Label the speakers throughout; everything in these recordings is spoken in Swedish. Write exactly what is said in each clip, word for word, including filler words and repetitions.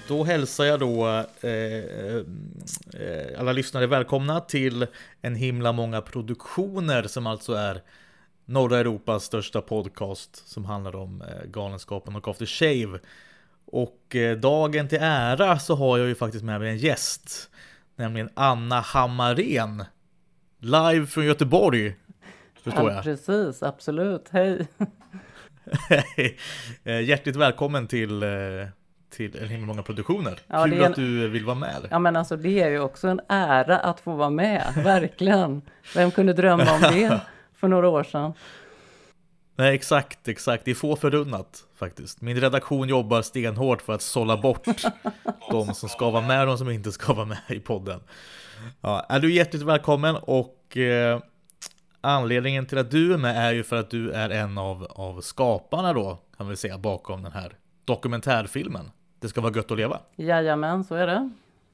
Speaker 1: Då hälsar jag då eh, eh, alla lyssnare välkomna till En himla många produktioner, som alltså är norra Europas största podcast som handlar om eh, Galenskapen och After Shave. Och eh, dagen till ära så har jag ju faktiskt med mig en gäst, nämligen Anna Hammarén, live från Göteborg, förstår jag.
Speaker 2: Ja, precis, absolut, hej.
Speaker 1: Hjärtligt välkommen till... Eh, till en himla många produktioner.
Speaker 2: Ja,
Speaker 1: Kul
Speaker 2: en...
Speaker 1: att du vill vara med.
Speaker 2: Ja, men alltså det är ju också en ära att få vara med, verkligen. Vem kunde drömma om det för några år sedan?
Speaker 1: Nej, exakt, exakt. Det är få förunnat faktiskt. Min redaktion jobbar stenhårt för att sålla bort de som ska vara med och de som inte ska vara med i podden. Ja, är du hjärtligt välkommen, och eh, anledningen till att du är med är ju för att du är en av, av skaparna då, kan vi säga, bakom den här dokumentärfilmen. Det ska vara gött att leva.
Speaker 2: Jajamän, så är det.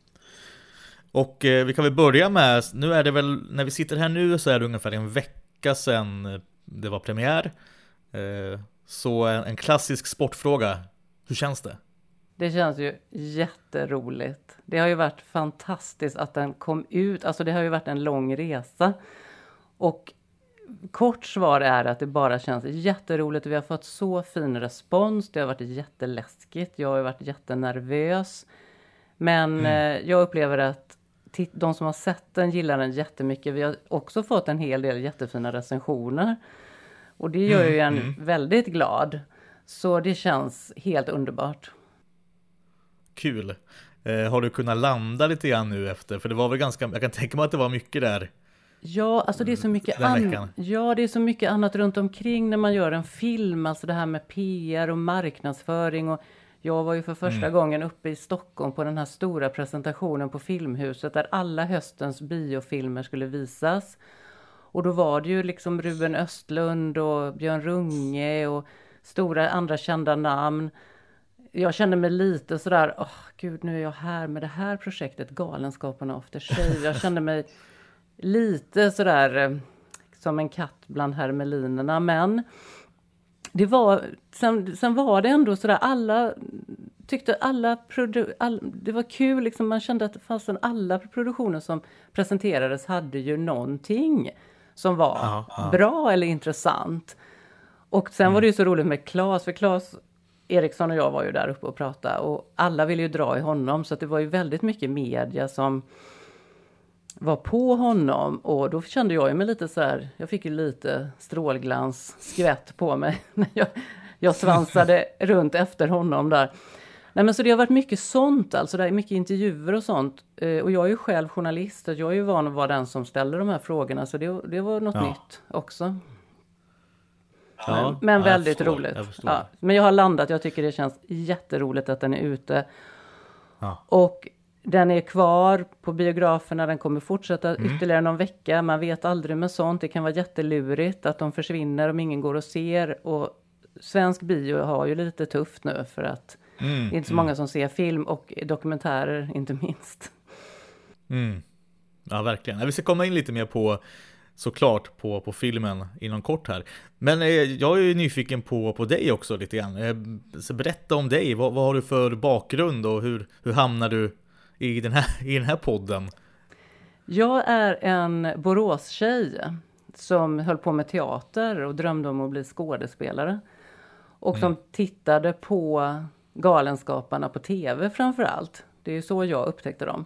Speaker 1: Och eh, vi kan väl börja med, nu är det väl, när vi sitter här nu så är det ungefär en vecka sedan det var premiär. Eh, så en, en klassisk sportfråga. Hur känns det?
Speaker 2: Det känns ju jätteroligt. Det har ju varit fantastiskt att den kom ut. Alltså det har ju varit en lång resa. Och kort svar är att det bara känns jätteroligt. Vi har fått så fin respons. Det har varit jätteläskigt. Jag har varit jättenervös. Men mm. eh, jag upplever att t- de som har sett den gillar den jättemycket. Vi har också fått en hel del jättefina recensioner. Och det gör ju en mm. väldigt glad. Så det känns helt underbart.
Speaker 1: Kul. Eh, har du kunnat landa lite grann nu efter? För det var väl ganska, jag kan tänka mig att det var mycket där.
Speaker 2: Ja, alltså det är så mycket an- ja, det är så mycket annat runt omkring när man gör en film. Alltså det här med P R och marknadsföring. Och jag var ju för första mm. gången uppe i Stockholm på den här stora presentationen på Filmhuset där alla höstens biofilmer skulle visas. Och då var det ju liksom Ruben Östlund och Björn Runge och stora andra kända namn. Jag kände mig lite sådär, åh oh, gud, nu är jag här med det här projektet, Galenskapen och After Shave. Jag kände mig lite sådär som en katt bland hermelinerna, men det var, sen, sen var det ändå sådär, alla tyckte alla, produ- all, det var kul liksom, man kände att fastän alla produktioner som presenterades hade ju någonting som var aha, aha. bra eller intressant. Och sen mm. var det ju så roligt med Claes, för Claes Eriksson och jag var ju där uppe och pratade och alla ville ju dra i honom, så att det var ju väldigt mycket media som var på honom, och då kände jag ju mig lite så här, jag fick ju lite strålglans skvätt på mig när jag, jag svansade runt efter honom där. Nej, men så det har varit mycket sånt, alltså det är mycket intervjuer och sånt, och jag är ju själv journalist och jag är ju van att vara den som ställer de här frågorna, så det, det var något ja. nytt också. Ja, men ja, väldigt förstår, roligt. Jag ja, men jag har landat, jag tycker det känns jätteroligt att den är ute. Ja. Och den är kvar på biograferna, den kommer fortsätta mm. ytterligare någon vecka. Man vet aldrig med sånt, det kan vara jättelurigt att de försvinner om ingen går och ser. Och svensk bio har ju lite tufft nu för att mm. det är inte så mm. många som ser film och dokumentärer inte minst.
Speaker 1: Mm. Ja, verkligen. Vi ska komma in lite mer på såklart på, på filmen inom kort här. Men eh, jag är ju nyfiken på, på dig också lite grann. Eh, så berätta om dig. Vad, vad har du för bakgrund och hur, hur hamnar du i den, här, i den här podden?
Speaker 2: Jag är en Borås-tjej som höll på med teater och drömde om att bli skådespelare. Och mm. som tittade på Galenskaparna på tv framför allt. Det är ju så jag upptäckte dem.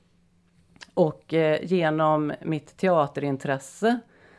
Speaker 2: Och eh, genom mitt teaterintresse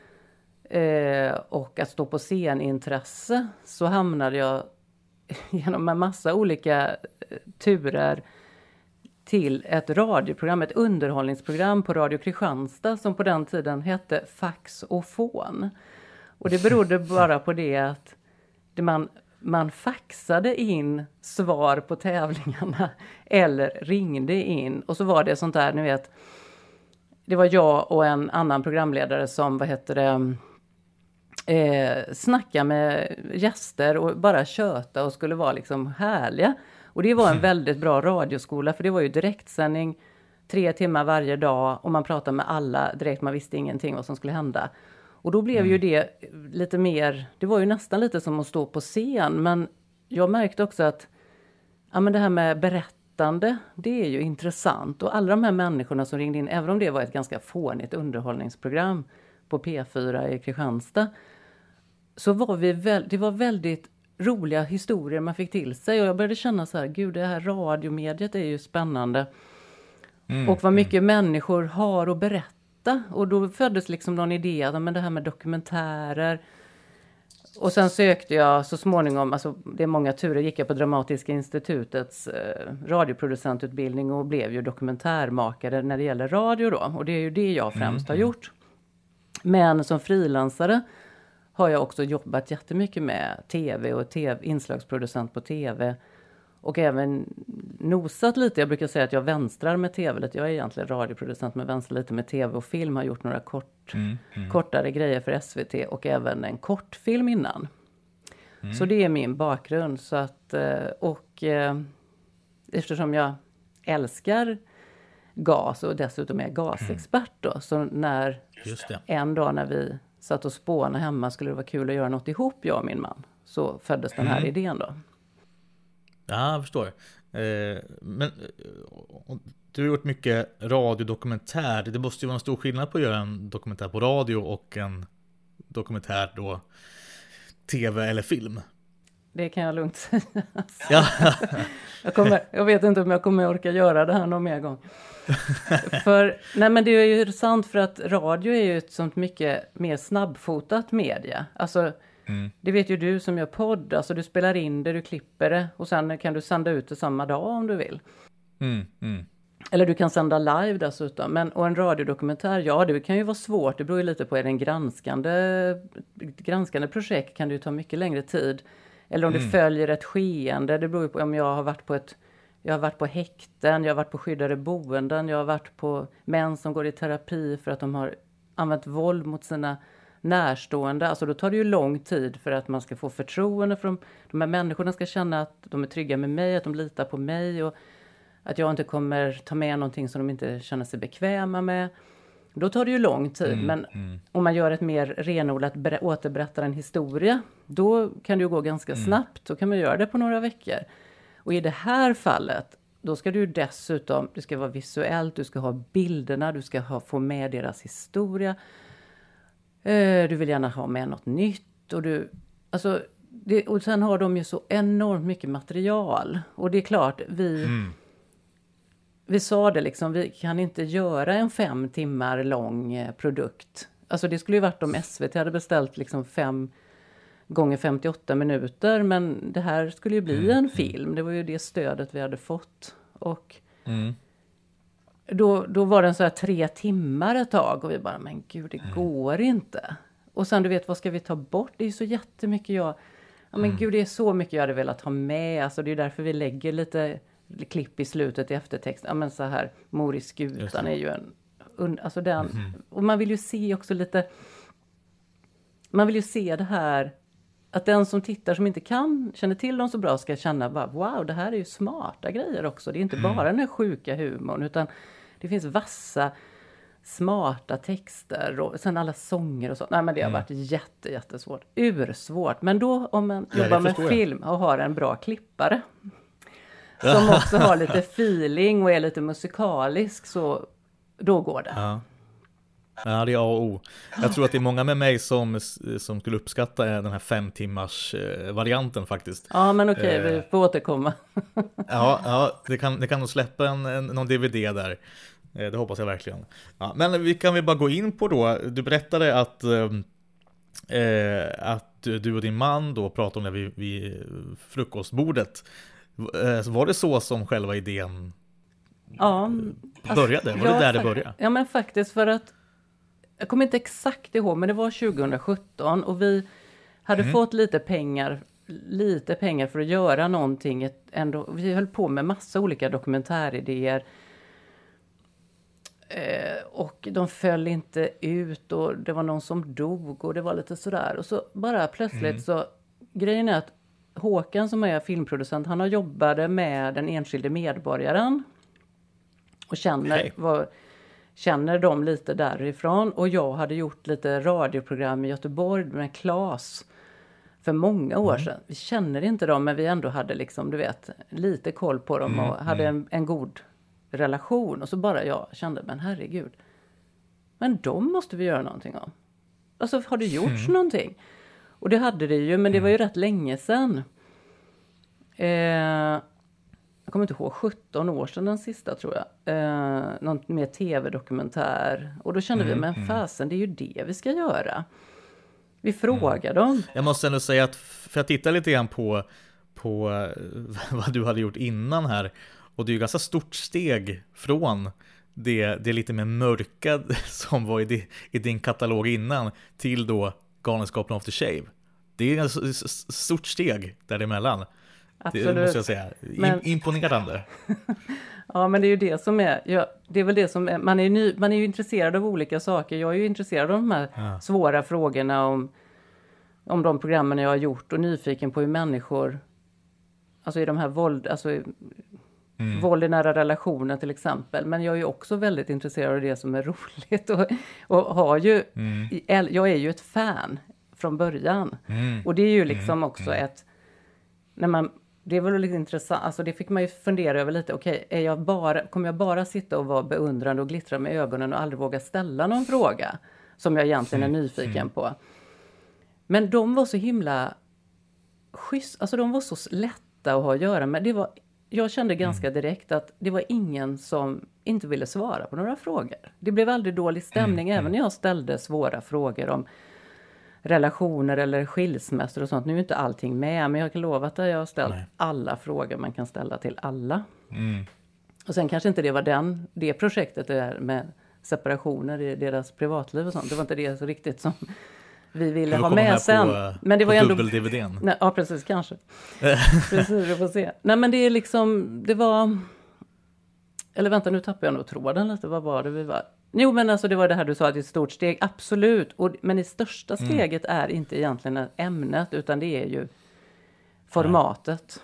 Speaker 2: eh, och att stå på scenintresse så hamnade jag genom en massa olika eh, turer till ett radioprogram, ett underhållningsprogram på Radio Kristianstad som på den tiden hette Fax och Fån. Och det berodde bara på det att det man, man faxade in svar på tävlingarna eller ringde in. Och så var det sånt där, ni vet, det var jag och en annan programledare som, vad heter det, eh, snacka med gäster och bara köta och skulle vara liksom härliga. Och det var en väldigt bra radioskola, för det var ju direktsändning tre timmar varje dag och man pratade med alla direkt, man visste ingenting vad som skulle hända. Och då blev mm. ju det lite mer, det var ju nästan lite som att stå på scen, men jag märkte också att ja, men det här med berätta berättande, det är ju intressant. Och alla de här människorna som ringde in, även om det var ett ganska fånigt underhållningsprogram på P fyra i Kristianstad, så var vi väl, det var väldigt roliga historier man fick till sig. Och jag började känna så här, gud, det här radiomediet är ju spännande. Mm, och vad mycket mm. människor har att berätta. Och då föddes liksom någon idé att men det här med dokumentärer. Och sen sökte jag så småningom, alltså det är många turer, gick jag på Dramatiska institutets eh, radioproducentutbildning och blev ju dokumentärmakare när det gäller radio då. Och det är ju det jag främst mm. har gjort. Men som frilansare har jag också jobbat jättemycket med tv och T V, inslagsproducent på tv. Och även nosat lite, jag brukar säga att jag vänstrar med tv lite. Jag är egentligen radioproducent men vänstrar lite med tv och film. Har gjort några kort, mm, mm. kortare grejer för S V T och även en kortfilm innan. Mm. Så det är min bakgrund. Så att, och eftersom jag älskar gas och dessutom är gasexpert då. Så när
Speaker 1: Just det.
Speaker 2: en dag när vi satt och spånade hemma skulle det vara kul att göra något ihop, jag och min man. Så föddes den här mm. idén då.
Speaker 1: Ja, jag förstår. Eh, men du har gjort mycket radiodokumentär. Det måste ju vara en stor skillnad på att göra en dokumentär på radio och en dokumentär då tv eller film.
Speaker 2: Det kan jag lugnt säga. Ja. jag, kommer, jag vet inte om jag kommer orka göra det här någon mer gång. för, nej men det är ju sant för att radio är ju ett sånt mycket mer snabbfotat media. Alltså mm. det vet ju du som gör podd. Alltså du spelar in det, du klipper det och sen kan du sända ut det samma dag om du vill.
Speaker 1: Mm. Mm.
Speaker 2: Eller du kan sända live dessutom. Men, och en radiodokumentär, ja det kan ju vara svårt. Det beror ju lite på, är det en granskande, granskande projekt kan det ju ta mycket längre tid. Eller om mm. det följer ett skeende, det beror ju på om jag har varit på ett Jag har varit på häkten, jag har varit på skyddade boenden, jag har varit på män som går i terapi för att de har använt våld mot sina närstående. Alltså då tar det ju lång tid för att man ska få förtroende för de, de här människorna ska känna att de är trygga med mig, att de litar på mig och att jag inte kommer ta med någonting som de inte känner sig bekväma med. Då tar det ju lång tid, mm, men mm. om man gör ett mer renodlat ber- återberättar en historia, då kan det ju gå ganska mm. snabbt. Då kan man göra det på några veckor. Och i det här fallet, då ska du dessutom, det ska vara visuellt, du ska ha bilderna, du ska ha, få med deras historia. Eh, du vill gärna ha med något nytt. Och, du, alltså, det, och sen har de ju så enormt mycket material. Och det är klart, vi, mm. vi sa det liksom, vi kan inte göra en fem timmar lång eh, produkt. Alltså det skulle ju varit om S V T hade beställt liksom fem gånger femtioåtta minuter, men det här skulle ju bli mm. en film. Det var ju det stödet vi hade fått. Och mm. då, då var den så här tre timmar ett tag och vi bara, men gud, det mm. går inte. Och sen du vet, vad ska vi ta bort? Det är ju så jättemycket jag, ja men mm. gud, det är så mycket jag hade velat ha med. Alltså det är därför vi lägger lite klipp i slutet i eftertext. Ja men så här, Mor i skutan är ju en, alltså den, mm. och man vill ju se också lite, man vill ju se det här, att den som tittar som inte kan, känner till dem så bra ska känna bara, wow, det här är ju smarta grejer också. Det är inte mm. bara den här sjuka humorn, utan det finns vassa, smarta texter och sen alla sånger och så. Nej, men det har mm. varit jätte, jättesvårt. Ursvårt. Men då om man ja, jobbar med film och har en bra klippare som också har lite feeling och är lite musikalisk, så då går det.
Speaker 1: Ja. Ja, det är A och O. Jag tror att det är många med mig som, som skulle uppskatta den här fem timmars varianten faktiskt.
Speaker 2: Ja, men okej, okay, vi får återkomma.
Speaker 1: ja, ja det, kan, det kan nog släppa en, en, någon D V D där. Det hoppas jag verkligen. Ja, men vi kan väl bara gå in på då. Du berättade att, eh, att du och din man då pratade om det vid, vid frukostbordet. Var det så som själva idén
Speaker 2: ja,
Speaker 1: började? Var det
Speaker 2: ja,
Speaker 1: där det började?
Speaker 2: Ja, men faktiskt för att jag kommer inte exakt ihåg, men det var tjugohundrasjutton och vi hade mm. fått lite pengar, lite pengar för att göra någonting. Ett, ändå, vi höll på med massa olika dokumentäridéer eh, och de föll inte ut och det var någon som dog och det var lite sådär. Och så bara plötsligt mm. så, grejen är att Håkan som är filmproducent, han har jobbat med den enskilde medborgaren och känner okay. vad... känner dem lite därifrån. Och jag hade gjort lite radioprogram i Göteborg med Claes för många år
Speaker 1: Mm.
Speaker 2: sedan. Vi känner inte dem, men vi ändå hade liksom, du vet, lite koll på dem och
Speaker 1: Mm.
Speaker 2: hade en, en god relation. Och så bara jag kände, men herregud, men de måste vi göra någonting om. Alltså, har det gjorts mm. någonting? Och det hade det ju, men det var ju rätt länge sedan. Eh, jag kommer inte ihåg, sjutton år sedan den sista tror jag. Eh, någon mer tv-dokumentär. Och då kände mm. vi, men fasen, det är ju det vi ska göra. Vi frågar mm. dem.
Speaker 1: Jag måste ändå säga att, för jag tittar lite grann på, på vad du hade gjort innan här. Och det är ju ganska stort steg från det, det lite mer mörka som var i, di, i din katalog innan till då Galenskapen After Shave. Det är ett stort steg däremellan.
Speaker 2: Absolut.
Speaker 1: Det måste jag säga. Men... Imponerande.
Speaker 2: Ja, men det är ju det som är, ja, det är väl det som är, man är, ny, man är ju intresserad av olika saker. Jag är ju intresserad av de här ja. svåra frågorna om, om de programmen jag har gjort och nyfiken på hur människor, alltså i de här våld, alltså mm. våld i nära relationer till exempel. Men jag är ju också väldigt intresserad av det som är roligt och, och har ju, mm. jag är ju ett fan från början. Mm. Och det är ju liksom mm. också mm. ett, när man, det var lite intressant, alltså det fick man ju fundera över lite, okej, okay, är jag bara, kommer jag bara sitta och vara beundrande och glittra med ögonen och aldrig våga ställa någon fråga som jag egentligen är nyfiken mm. på. Men de var så himla schysst, alltså de var så lätta att ha att göra med. Det var, jag kände ganska mm. direkt att det var ingen som inte ville svara på några frågor. Det blev aldrig dålig stämning, mm. även när jag ställde svåra frågor om relationer eller skilsmässor och sånt. Nu är inte allting med, men jag kan lova att jag har ställt Nej. alla frågor man kan ställa till alla. Mm. Och sen kanske inte det var den, det projektet där med separationer i deras privatliv och sånt. Det var inte det så riktigt som vi ville ha med sen.
Speaker 1: På,
Speaker 2: men det var
Speaker 1: på
Speaker 2: ändå
Speaker 1: dubbel-D V D:n.
Speaker 2: Nej, ja, precis, kanske. Precis, vi får se. Nej, men det är liksom, det var, eller vänta, nu tappar jag nog tråden lite. Vad var det vi var? Jo, men alltså det var det här du sa, att det är ett stort steg. Absolut. Och, men det största steget mm. är inte egentligen ämnet, utan det är ju formatet.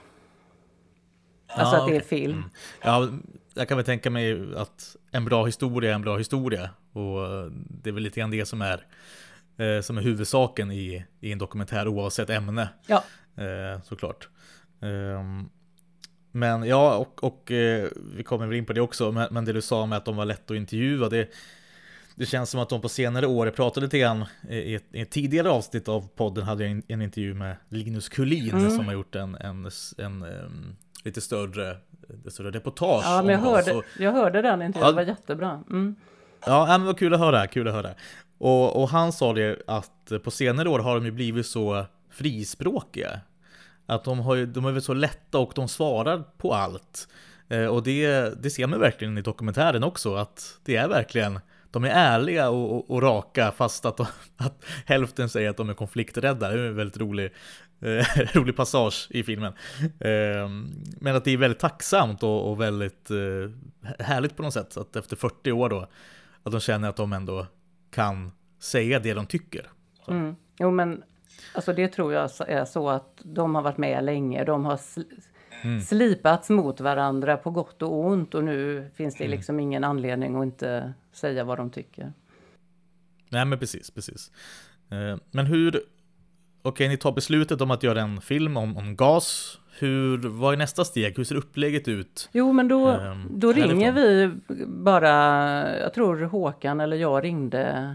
Speaker 2: Ja. Alltså ja, att det är film. Mm.
Speaker 1: Ja, jag kan väl tänka mig att en bra historia är en bra historia. Och det är väl lite grann det som är, eh, som är huvudsaken i, i en dokumentär oavsett ämne.
Speaker 2: Ja.
Speaker 1: Eh, såklart. Um, Men ja, och, och eh, vi kommer väl in på det också, men, men det du sa med att de var lätt att intervjua, det, det känns som att de på senare år, jag pratade lite grann i ett, i ett tidigare avsnitt av podden, hade jag en, en intervju med Linus Kullin mm. som har gjort en, en, en, en lite större, större reportage.
Speaker 2: Ja, men jag hörde,
Speaker 1: och,
Speaker 2: jag hörde den intervjun, ja, det var jättebra. Mm.
Speaker 1: Ja, men vad kul att höra, kul att höra. Och, och han sa det att på senare år har de ju blivit så frispråkiga. Att de, har, de är väl så lätta och de svarar på allt. Eh, och det, det ser man verkligen i dokumentären också. Att det är verkligen, de är ärliga och, och, och raka, fast att, de, att hälften säger att de är konflikträdda. Det är en väldigt rolig, eh, rolig passage i filmen. Eh, men att det är väldigt tacksamt och, och väldigt eh, härligt på något sätt. Att efter fyrtio år då, att de känner att de ändå kan säga det de tycker. Så.
Speaker 2: Mm. Jo, men alltså det tror jag är så att de har varit med länge. De har sl- mm. slipats mot varandra på gott och ont. Och nu finns det liksom mm. ingen anledning att inte säga vad de tycker.
Speaker 1: Nej, men precis, precis. Men hur, okej, okay, ni tar beslutet om att göra en film om, om gas. Hur, vad är nästa steg? Hur ser upplägget ut?
Speaker 2: Jo, men då, um, då ringer vi bara, jag tror Håkan eller jag ringde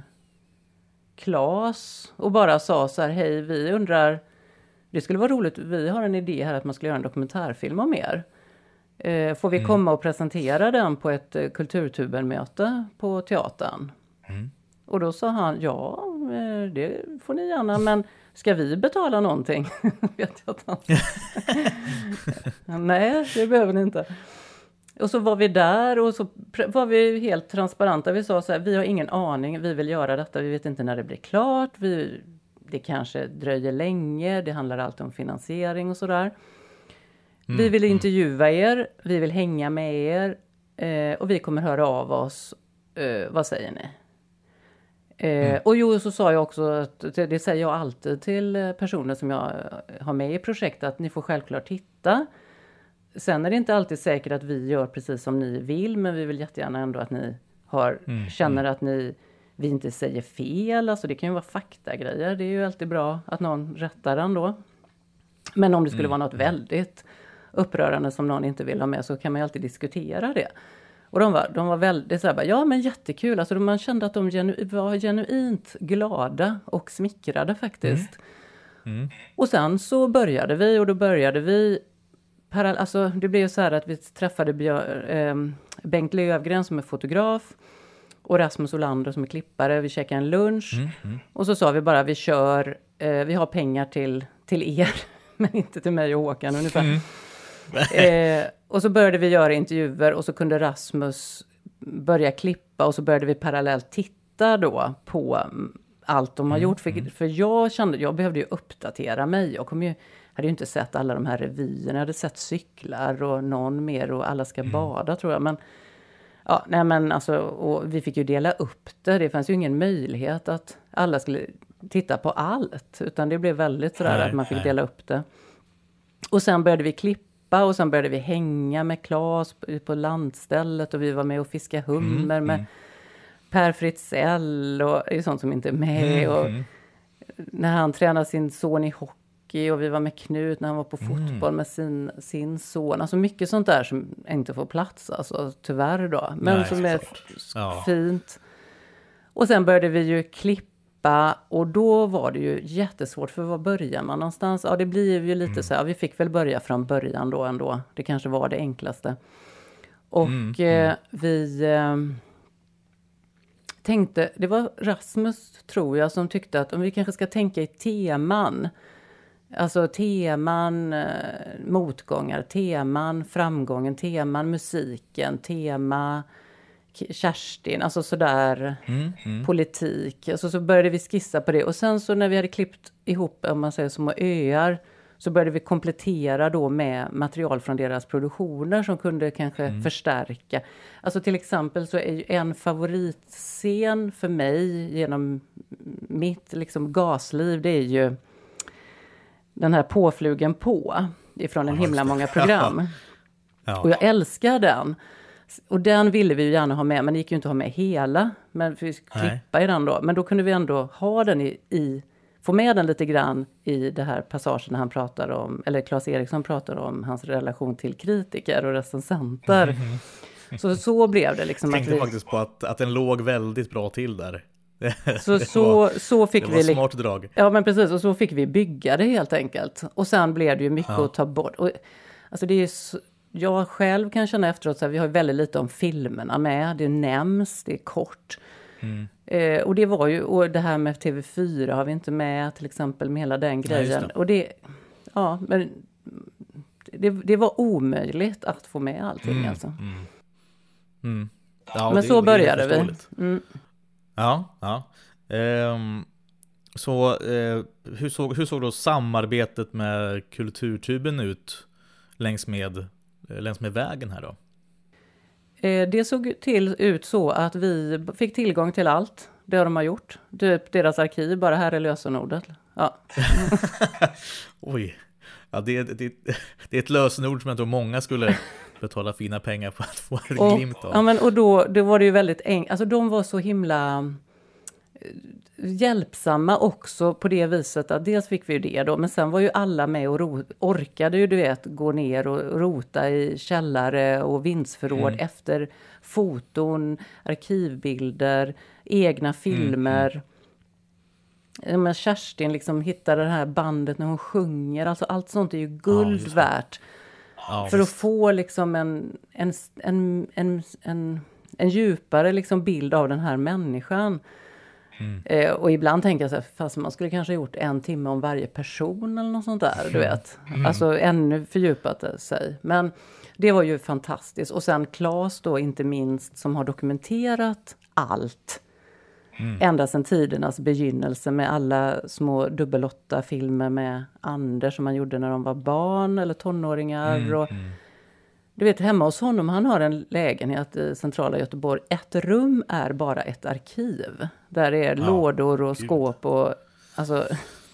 Speaker 2: Claes och bara sa så här, hej, vi undrar, det skulle vara roligt, vi har en idé här att man skulle göra en dokumentärfilm om er. Eh, får vi mm. komma och presentera den på ett eh, kulturtubenmöte på teatern? Mm. Och då sa han, ja, eh, det får ni gärna, men ska vi betala någonting? Vet jag inte. Nej, det behöver ni inte. Och så var vi där och så var vi helt transparenta. Vi sa så här, vi har ingen aning, vi vill göra detta, vi vet inte när det blir klart. Vi, det kanske dröjer länge, det handlar alltid om finansiering och sådär. Mm, vi vill intervjua er, vi vill hänga med er eh, och vi kommer höra av oss. Eh, vad säger ni? Eh, mm. Och jo, så sa jag också, att det säger jag alltid till personer som jag har med i projektet, att ni får självklart titta. Sen är det inte alltid säkert att vi gör precis som ni vill, men vi vill jättegärna ändå att ni har, mm. känner att ni vi inte säger fel. Alltså det kan ju vara faktagrejer. Det är ju alltid bra att någon rättar den då. Men om det skulle mm. vara något väldigt upprörande som någon inte vill ha med, så kan man ju alltid diskutera det. Och de var, de var väldigt så här, ja men jättekul. Alltså man kände att de genu, var genuint glada och smickrade faktiskt. Mm. Mm. Och sen så började vi och då började vi, alltså det blev ju så här att vi träffade Björ, eh, Bengt Lövgren som är fotograf och Rasmus Olander som är klippare. Vi käkade en lunch mm. Mm. och så sa vi bara, vi kör, eh, vi har pengar till, till er, men inte till mig och Håkan ungefär. Mm. eh, och så började vi göra intervjuer och så kunde Rasmus börja klippa och så började vi parallellt titta då på allt de har mm, gjort. För, mm. för jag kände, jag behövde ju uppdatera mig. Jag kom ju, hade ju inte sett alla de här revyerna. Jag hade sett Cyklar och någon mer och Alla ska mm. bada tror jag. Men, ja, nej men alltså, och vi fick ju dela upp det. Det fanns ju ingen möjlighet att alla skulle titta på allt. Utan det blev väldigt sådär nej, att man fick nej. dela upp det. Och sen började vi klippa och sen började vi hänga med Claes på landstället och vi var med och fiska hummer mm, med mm. Per Fritzell och det är sånt som inte är med mm, och mm. när han tränade sin son i hockey och vi var med Knut när han var på fotboll mm. med sin, sin son. Alltså mycket sånt där som inte får plats alltså, tyvärr då. Men nej, som är ja. fint. Och sen började vi ju klippa och då var det ju jättesvårt för var börjar man någonstans? Ja, det blir ju lite mm. så här, vi fick väl börja från början då ändå. Det kanske var det enklaste. Och mm. Eh, vi eh, tänkte, det var Rasmus tror jag som tyckte att om vi kanske ska tänka i teman. Alltså teman, eh, motgångar, teman, framgången, teman, musiken, tema... Kerstin, alltså sådär mm, mm. politik. Alltså så började vi skissa på det. Och sen så när vi hade klippt ihop, om man säger små öar, så började vi komplettera då med material från deras produktioner som kunde kanske mm. förstärka. Alltså till exempel så är ju en favoritscen för mig genom mitt liksom gasliv, det är ju den här Påflugen på ifrån en himla många program. Ja. Ja. Och jag älskar den. Och den ville vi ju gärna ha med, men det gick ju inte att ha med hela. Men vi skulle klippa i den då. Men då kunde vi ändå ha den i, i, få med den lite grann i det här passagen när han pratar om, eller Claes Eriksson pratar om hans relation till kritiker och recensenter. Mm. Så så blev det liksom.
Speaker 1: Jag tänkte
Speaker 2: att vi,
Speaker 1: faktiskt på att, att den låg väldigt bra till där.
Speaker 2: Så, så, var, så fick
Speaker 1: det
Speaker 2: vi
Speaker 1: var smart drag.
Speaker 2: Ja men precis, och så fick vi bygga det helt enkelt. Och sen blev det ju mycket ja. att ta bort. Och, alltså det är ju så, jag själv kan känna efteråt att vi har väldigt lite om filmerna med. Det nämns, det är kort. Mm. Eh, och det var ju, och det här med T V fyra har vi inte med till exempel med hela den grejen. Ja, det. Och det, ja, men det, det var omöjligt att få med allting mm. alltså. Mm. Mm. Ja, men det, så började vi. Mm.
Speaker 1: Ja, ja. Um, så uh, hur, såg, hur såg då samarbetet med Kulturtuben ut längs med längs med vägen här då?
Speaker 2: Det såg till ut så att vi fick tillgång till allt det de har gjort. Typ deras arkiv, bara här är lösenordet. Ja.
Speaker 1: Oj. Ja, det, det, det är ett lösenord som jag tror många skulle betala fina pengar på att få en
Speaker 2: och,
Speaker 1: glimt av.
Speaker 2: Ja, men och då, då var det ju väldigt enkelt. Alltså de var så himla hjälpsamma också på det viset att dels fick vi ju det då, men sen var ju alla med och ro- orkade ju du vet gå ner och rota i källare och vindsförråd mm. efter foton, arkivbilder, egna filmer. Mm, mm. Men Kerstin liksom hittade det här bandet när hon sjunger, alltså allt sånt är ju guld ja, värt. Ja, för visst. Att få liksom en en, en, en, en, en djupare liksom bild av den här människan. Mm. Eh, och ibland tänker jag så här, fast man skulle kanske ha gjort en timme om varje person eller något sånt där, du vet. Mm. Alltså ännu fördjupat det sig. Men det var ju fantastiskt. Och sen Claes då inte minst som har dokumenterat allt. Mm. Ända sedan tidernas begynnelse med alla små dubbelåtta filmer med Anders som han gjorde när de var barn eller tonåringar. Mm. Och, mm. Du vet, hemma hos honom, han har en lägenhet i centrala Göteborg. Ett rum är bara ett arkiv. Där är ja, lådor och Gud. skåp och alltså...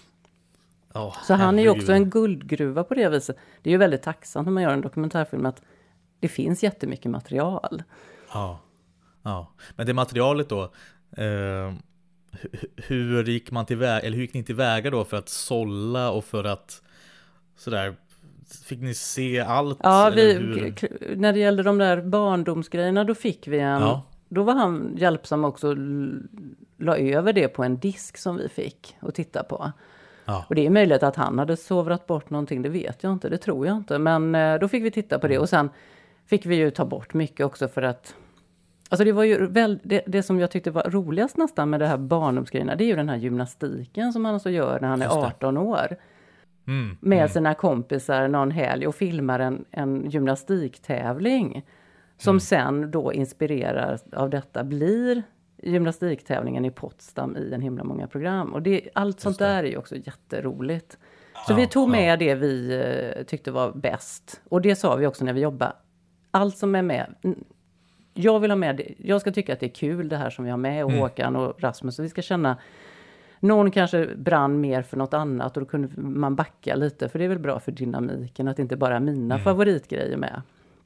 Speaker 2: Oh, så han är ju också en guldgruva på det viset. Det är ju väldigt tacksamt när man gör en dokumentärfilm att det finns jättemycket material.
Speaker 1: Ja, ja. Men det materialet då, Eh, hur gick man tillväga, eller hur gick ni tillväga då för att sålla och för att sådär, fick ni se allt?
Speaker 2: Ja, vi,
Speaker 1: hur?
Speaker 2: När det gällde de där barndomsgrejerna, då fick vi en, ja. Då var han hjälpsam också och la över det på en disk som vi fick att titta på. Ja. Och det är möjligt att han hade sovrat bort någonting, det vet jag inte, det tror jag inte. Men då fick vi titta på det och sen fick vi ju ta bort mycket också för att alltså det var ju väl, det, det som jag tyckte var roligast nästan med det här barndomsgrejerna, det är ju den här gymnastiken som han alltså gör när han är arton år. Mm, med mm. sina kompisar någon helg och filmar en, en gymnastiktävling som mm. sen då inspirerar av detta blir gymnastiktävlingen i Potsdam i en himla många program. Och det, allt sånt där är ju också jätteroligt. Så ja, vi tog med ja. det vi uh, tyckte var bäst. Och det sa vi också när vi jobbade. Allt som är med... Jag vill ha med det. Jag ska tycka att det är kul det här som vi har med. Och mm. Håkan och Rasmus. Och vi ska känna... Någon kanske brann mer för något annat. Och då kunde man backa lite. För det är väl bra för dynamiken. Att inte bara mina mm. favoritgrejer med.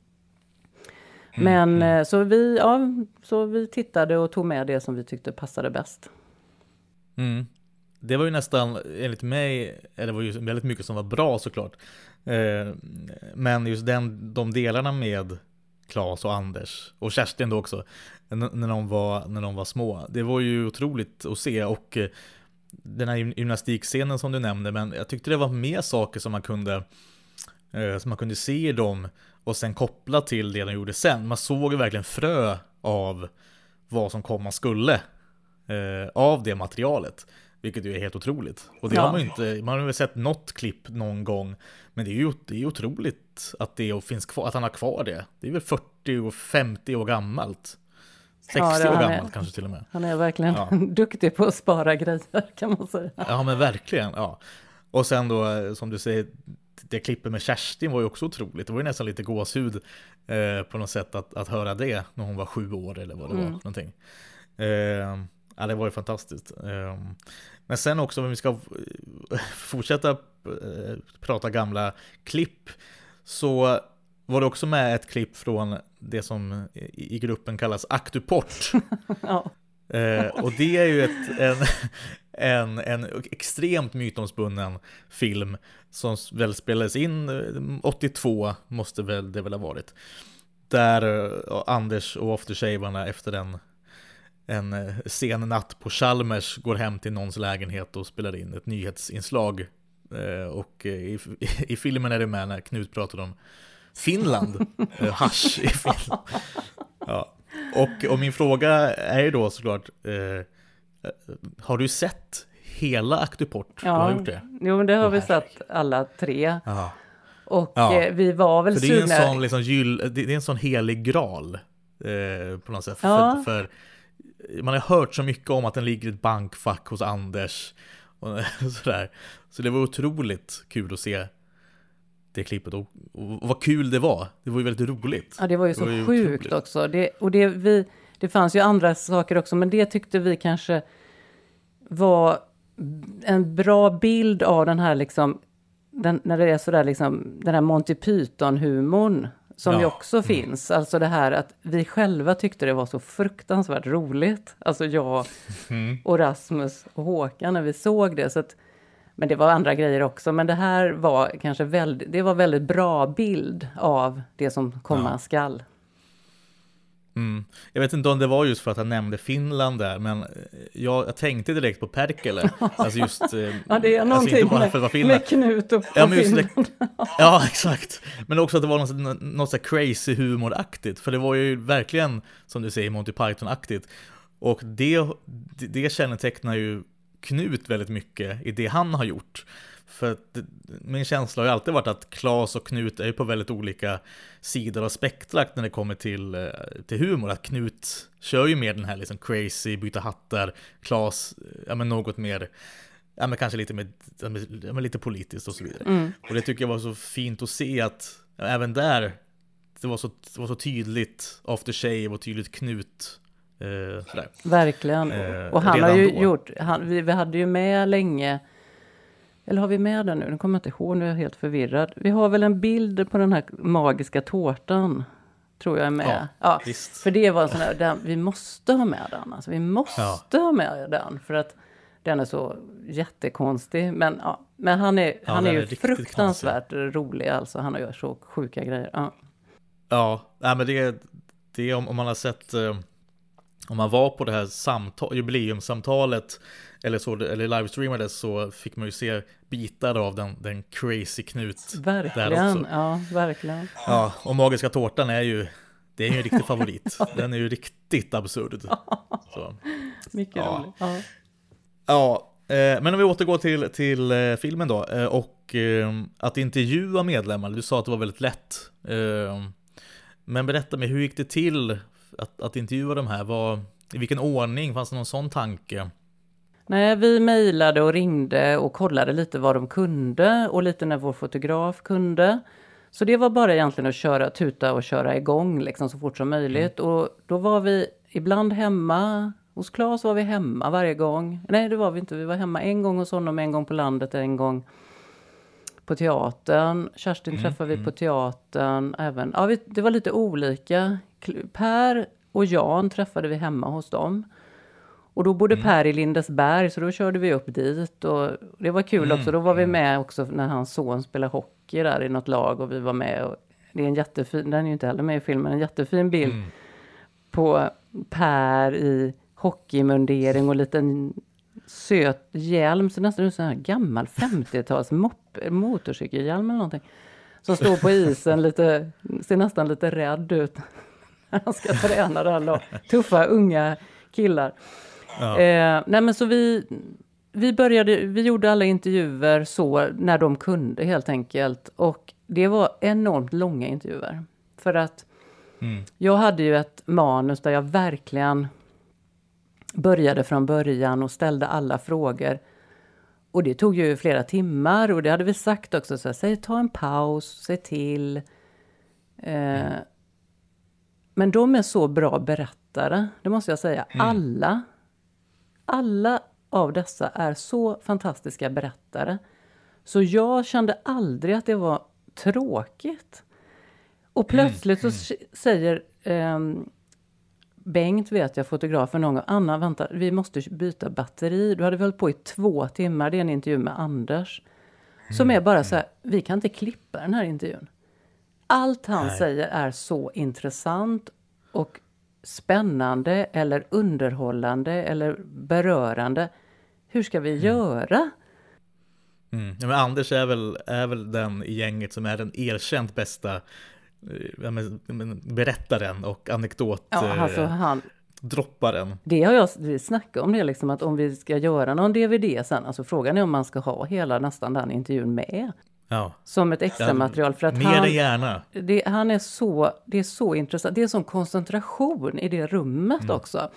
Speaker 2: Men mm. så, vi, ja, så vi tittade och tog med det som vi tyckte passade bäst.
Speaker 1: Mm. Det var ju nästan, enligt mig, eller det var ju väldigt mycket som var bra såklart. Eh, men just den, de delarna med Claes och Anders och Kerstin då också, när de var, när de var små. Det var ju otroligt att se och eh, den här gymnastikscenen som du nämnde, men jag tyckte det var mer saker som man kunde, eh, som man kunde se i dem och sen koppla till det de gjorde sen. Man såg ju verkligen frö av vad som komma skulle eh, av det materialet. Vilket ju är helt otroligt. Och det ja. har man ju inte, man har ju sett något klipp någon gång. Men det är ju det är otroligt att det finns kvar, att han har kvar det. Det är väl fyrtio och femtio år gammalt. sextio ja, år gammalt är, kanske till och med.
Speaker 2: Han är verkligen ja. duktig på att spara grejer kan man säga.
Speaker 1: Ja men verkligen, ja. Och sen då, som du säger, det klippet med Kerstin var ju också otroligt. Det var ju nästan lite gåshud eh, på något sätt att, att höra det när hon var sju år eller vad det mm. var någonting. Eh, ja, det var ju fantastiskt. Eh, men sen också om vi ska fortsätta eh, prata gamla klipp, så var det också med ett klipp från det som i, i gruppen kallas Aktuport. Ja. Eh, och det är ju ett, en, en, en extremt mytomspunnen film som väl spelades in åttiotvå, måste väl det väl ha varit, där uh, Anders och Aftershavarna efter en, en sen natt på Chalmers går hem till någons lägenhet och spelar in ett nyhetsinslag. Uh, och i, i, i filmen är det med när Knut pratar om Finland, uh, hasch i Finland. Ja. Och, och min fråga är ju då såklart, eh, har du sett hela Aktuport?
Speaker 2: Ja,
Speaker 1: du har gjort det?
Speaker 2: Jo, det har oh, vi sett alla tre. Aha. Och ja. eh, vi var väl
Speaker 1: sugna. Det är en sån, liksom, gyll, det är en sån helig graal eh, på något sätt. Ja. För, för man har hört så mycket om att den ligger i ett bankfack hos Anders. Och sådär. Så det var otroligt kul att se det klippet och, och vad kul det var. Det var ju väldigt roligt.
Speaker 2: Ja, det var ju det så var ju sjukt otroligt. Också. Det, och det, vi, det fanns ju andra saker också, men det tyckte vi kanske var en bra bild av den här liksom, den, när det är sådär liksom, den här Monty Python-humorn som ja. ju också mm. finns. Alltså det här att vi själva tyckte det var så fruktansvärt roligt. Alltså jag mm. och Rasmus och Håkan när vi såg det, så att men det var andra grejer också. Men det här var kanske väldigt, det var väldigt bra bild av det som komma ja. skall.
Speaker 1: Mm. Jag vet inte om det var just för att han nämnde Finland där, men jag, jag tänkte direkt på Perkele. Alltså just,
Speaker 2: ja, det är någonting alltså med, med Knut och,
Speaker 1: ja,
Speaker 2: och Finland.
Speaker 1: Det, ja, exakt. Men också att det var något, något så crazy humoraktigt. För det var ju verkligen, som du säger, Monty Python-aktigt. Och det, det, det kännetecknar ju Knut väldigt mycket i det han har gjort. För att min känsla har ju alltid varit att Claes och Knut är på väldigt olika sidor av spektrat när det kommer till, till humor. Att Knut kör ju mer den här liksom crazy, byta hattar. Claes, ja men något mer, ja men kanske lite mer, ja, men lite politiskt och så vidare. Mm. Och det tycker jag var så fint att se att ja, även där det var så, det var så tydligt Aftershave och tydligt Knut. Eh,
Speaker 2: Verkligen. Eh, och han har ju då. gjort, han, vi, vi hade ju med länge, eller har vi med den nu? Nu kommer jag inte ihåg, nu är jag helt förvirrad. Vi har väl en bild på den här magiska tårtan tror jag är med.
Speaker 1: Ja,
Speaker 2: ja, för det var en sån där, den, vi måste ha med den. Alltså, vi måste ja. ha med den. För att den är så jättekonstig. Men, ja, men han är, ja, han är ju är fruktansvärt konstig. rolig. Alltså, han gör så sjuka grejer. Ja,
Speaker 1: ja nej, men det, det är om, om man har sett... Uh, om man var på det här samtal, jubileumsamtalet eller, så, eller livestreamade, så fick man ju se bitar av den, den crazy Knut.
Speaker 2: Verkligen,
Speaker 1: där också.
Speaker 2: ja, verkligen.
Speaker 1: Ja, och Magiska tårtan är ju, det är ju en riktig favorit. Den är ju riktigt absurd. Så.
Speaker 2: Mycket
Speaker 1: ja.
Speaker 2: roligt. Ja,
Speaker 1: ja eh, men om vi återgår till, till eh, filmen då. Eh, och eh, att intervjua medlemmar, du sa att det var väldigt lätt. Eh, men berätta mig, hur gick det till att, att intervjua de här? Var, i vilken ordning? Fanns det någon sån tanke?
Speaker 2: Nej, vi mejlade och ringde och kollade lite vad de kunde och lite när vår fotograf kunde. Så det var bara egentligen att köra, tuta och köra igång liksom så fort som möjligt. Mm. Och då var vi ibland hemma, hos Claes var vi hemma varje gång. Nej, det var vi inte. Vi var hemma en gång hos honom, en gång på landet, en gång på teatern. Kerstin mm. träffade vi mm. på teatern. Även, ja, vi, det var lite olika. Per och Jan träffade vi hemma hos dem. Och då bodde mm. Per i Lindesberg, så då körde vi upp dit. Och det var kul mm. också. Då var vi med också när hans son spelade hockey där i något lag. Och vi var med. Och det är en jättefin, den är ju inte heller med i filmen, en jättefin bild mm. på Per i hockeymundering och liten söt hjälm. Så nästan en sån här gammal femtio-tals mop- motorcykelhjälm eller någonting. Som står på isen lite, ser nästan lite rädd ut. När han ska träna där då. Tuffa unga killar. Ja. Eh, nej men så vi, vi började, vi gjorde alla intervjuer så när de kunde helt enkelt. Och det var enormt långa intervjuer. För att mm. jag hade ju ett manus där jag verkligen började från början och ställde alla frågor. Och det tog ju flera timmar och det hade vi sagt också. Så här, säg ta en paus, säg till. Eh, mm. Men de är så bra berättare, det måste jag säga. Mm. Alla, alla av dessa är så fantastiska berättare. Så jag kände aldrig att det var tråkigt. Och plötsligt mm. så mm. säger eh, Bengt, vet jag, fotografen någon gång. Anna, vänta, vi måste byta batteri. Du hade väl på i två timmar, det är en intervju med Anders. Mm. Som är bara så här, vi kan inte klippa den här intervjun. Allt han Nej. säger är så intressant och spännande eller underhållande eller berörande. Hur ska vi mm. göra?
Speaker 1: Mm. Ja, men Anders är väl, är väl den i gänget som är den erkänt bästa ja, men, berättaren och anekdot
Speaker 2: ja, alltså han,
Speaker 1: dropparen.
Speaker 2: Det har jag vi snackat om det liksom, att om vi ska göra någon D V D sen, alltså frågan är om man ska ha hela nästan den intervjun med.
Speaker 1: Ja.
Speaker 2: Som ett extra ja, material för att
Speaker 1: mer
Speaker 2: han,
Speaker 1: än gärna.
Speaker 2: Det, han är så, det är så intressant. Det är sån koncentration i det rummet mm. också.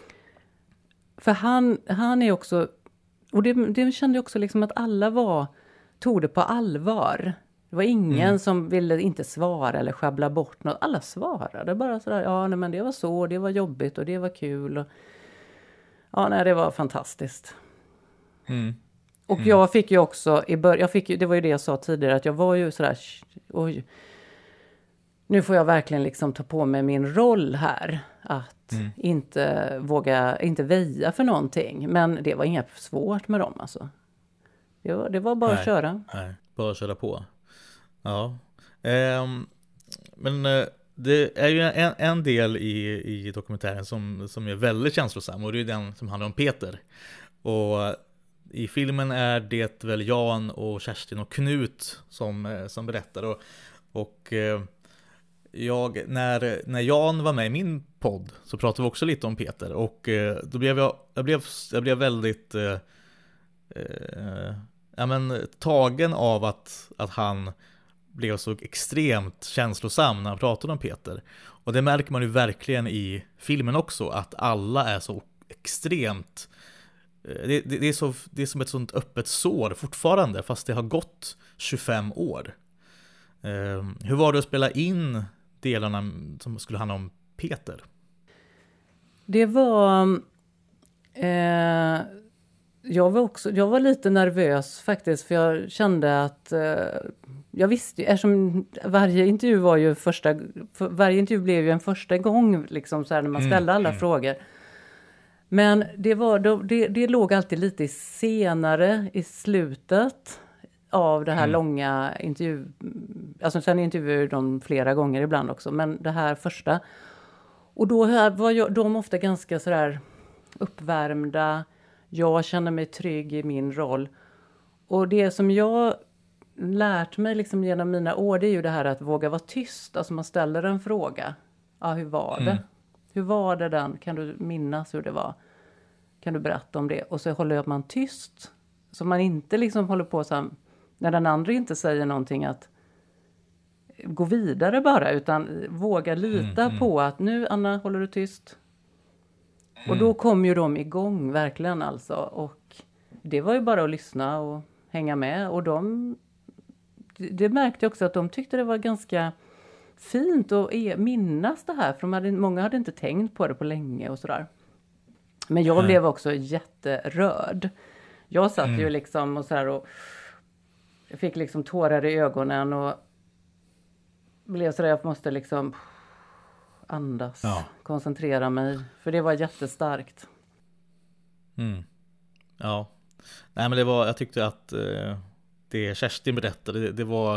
Speaker 2: För han, han är också, och det, det kände jag också liksom att alla var, tog det på allvar. Det var ingen mm. som ville inte svara eller sjabbla bort något. Alla svarade bara sådär, ja nej, men det var så, det var jobbigt och det var kul. Och, ja nej, det var fantastiskt. Mm. Och mm. jag fick ju också, i bör- jag fick ju, det var ju det jag sa tidigare, att jag var ju sådär, oj, nu får jag verkligen liksom ta på mig min roll här. Att mm. inte våga, inte väja för någonting. Men det var inget svårt med dem alltså. Det var, det var bara
Speaker 1: nej,
Speaker 2: att köra.
Speaker 1: Nej, bara att köra på. Ja. Um, men uh, det är ju en, en del i, i dokumentären som, som är väldigt känslosam. Och det är den som handlar om Peter. Och i filmen är det väl Jan och Kerstin och Knut som, som berättar. Och, och jag, när, när Jan var med i min podd så pratade vi också lite om Peter. Och då blev jag, jag, blev, jag blev väldigt eh, eh, ja, men, tagen av att, att han blev så extremt känslosam när han pratade om Peter. Och det märker man ju verkligen i filmen också, att alla är så extremt. Det, det, det, är så, det är som ett sånt öppet sår fortfarande, fast det har gått tjugofem år. Eh, hur var det att spela in delarna som skulle handla om Peter?
Speaker 2: Det var... Eh, jag var också jag var lite nervös faktiskt, för jag kände att... Eh, jag visste ju, eftersom varje intervju var ju första, varje intervju blev ju en första gång liksom så här när man ställde alla mm. frågor. Men det var det, det låg alltid lite senare i slutet av det här mm. långa intervju, alltså sen intervjuade de flera gånger ibland också, men det här första. Och då var jag, de ofta ganska så där uppvärmda. Jag känner mig trygg i min roll. Och det som jag lärt mig liksom genom mina år, det är ju det här att våga vara tyst. Alltså man ställer en fråga. Ja, hur var det? Mm. Hur var det den? Kan du minnas hur det var? Kan du berätta om det? Och så håller man tyst. Så man inte liksom håller på så här, när den andra inte säger någonting, att gå vidare bara. Utan våga lita mm, mm. på att nu, Anna, håller du tyst. Mm. Och då kom ju de igång verkligen alltså. Och det var ju bara att lyssna och hänga med. Och de, det märkte jag också att de tyckte det var ganska fint att minnas det här. För de hade, många hade inte tänkt på det på länge och sådär. Men jag mm. blev också jätterörd. Jag satt mm. ju liksom och sådär och jag fick liksom tårar i ögonen och blev sådär, jag måste liksom andas, ja. koncentrera mig. För det var jättestarkt.
Speaker 1: Mm. Ja. Nej, men det var, jag tyckte att eh, det Kerstin berättade, det, det var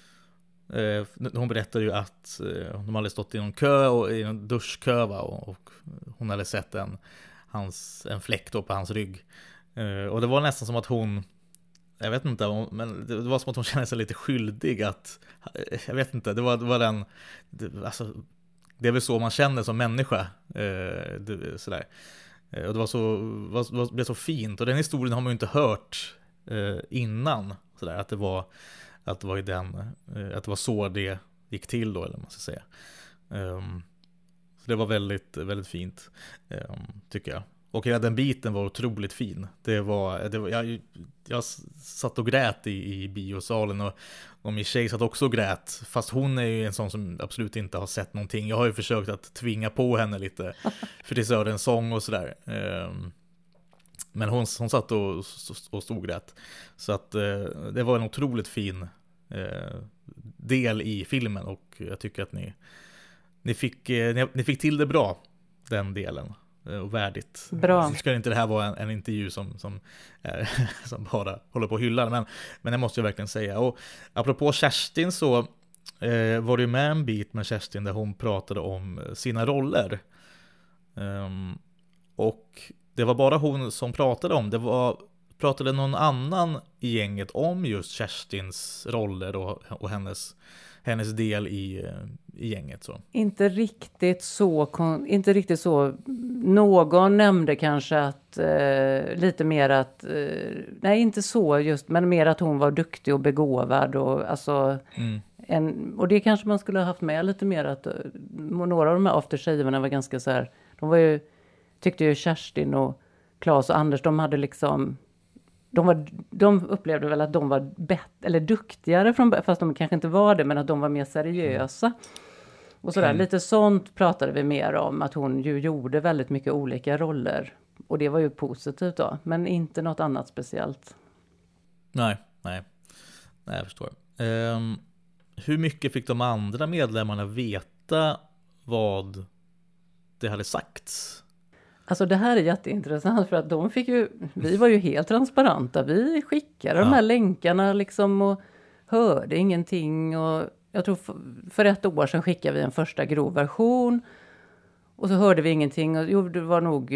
Speaker 1: eh, hon berättade ju att eh, de hade stått i någon kö och i en duschkö, va, och, och hon hade sett en, hans, en fläck då på hans rygg. Eh, och det var nästan som att hon, jag vet inte, men det var som att hon kände sig lite skyldig att, jag vet inte, det var, det var den, det, alltså, det är väl så man känner som människa, eh, det, sådär. Och det var så, var, var, blev så fint. Och den historien har man ju inte hört eh, innan. Sådär, att det var att det var i den eh, att det var så det gick till då, eller man ska säga. Um, så det var väldigt väldigt fint, um, tycker jag. Och hela den biten var otroligt fin. Det var, det var jag, jag satt och grät i, i biosalen, och, och min tjej satt också och grät. Fast hon är ju en sån som absolut inte har sett någonting. Jag har ju försökt att tvinga på henne lite frisörens sång och sådär. Um, men hon, hon satt och, och stod och grät. Så att uh, det var en otroligt fin uh, del i filmen. Och jag tycker att ni, ni, fick, uh, ni, ni fick till det bra, den delen. Och värdigt.
Speaker 2: Bra.
Speaker 1: Så ska inte det här vara en, en intervju som, som, eh, som bara håller på och hyllar, men, men det måste jag verkligen säga. Och apropå Kerstin, så eh, var det med en bit med Kerstin där hon pratade om sina roller. Um, och det var bara hon som pratade om det. Var, pratade någon annan i gänget om just Kerstins roller och, och hennes hennes del i, i gänget så?
Speaker 2: Inte riktigt så, inte riktigt så. Någon nämnde kanske att eh, lite mer att eh, nej, inte så just, men mer att hon var duktig och begåvad och alltså mm. en, och det kanske man skulle ha haft med lite mer, att några av de här aftertjejerna var ganska så här, de var ju, tyckte ju Kerstin och Claes och Anders, de hade liksom De, var, de upplevde väl att de var bättre eller duktigare från, fast de kanske inte var det, men att de var mer seriösa. Mm. Och sådär, mm. lite sånt pratade vi mer om, att hon ju gjorde väldigt mycket olika roller. Och det var ju positivt då, men inte något annat speciellt.
Speaker 1: Nej, nej. Nej, jag förstår. Um, hur mycket fick de andra medlemmarna veta vad det hade sagts?
Speaker 2: Alltså det här är jätteintressant, för att de fick ju, vi var ju helt transparenta. Vi skickade ja. de här länkarna liksom och hörde ingenting. Och jag tror för, för ett år sedan skickade vi en första grov version. Och så hörde vi ingenting. Och jo, det var nog,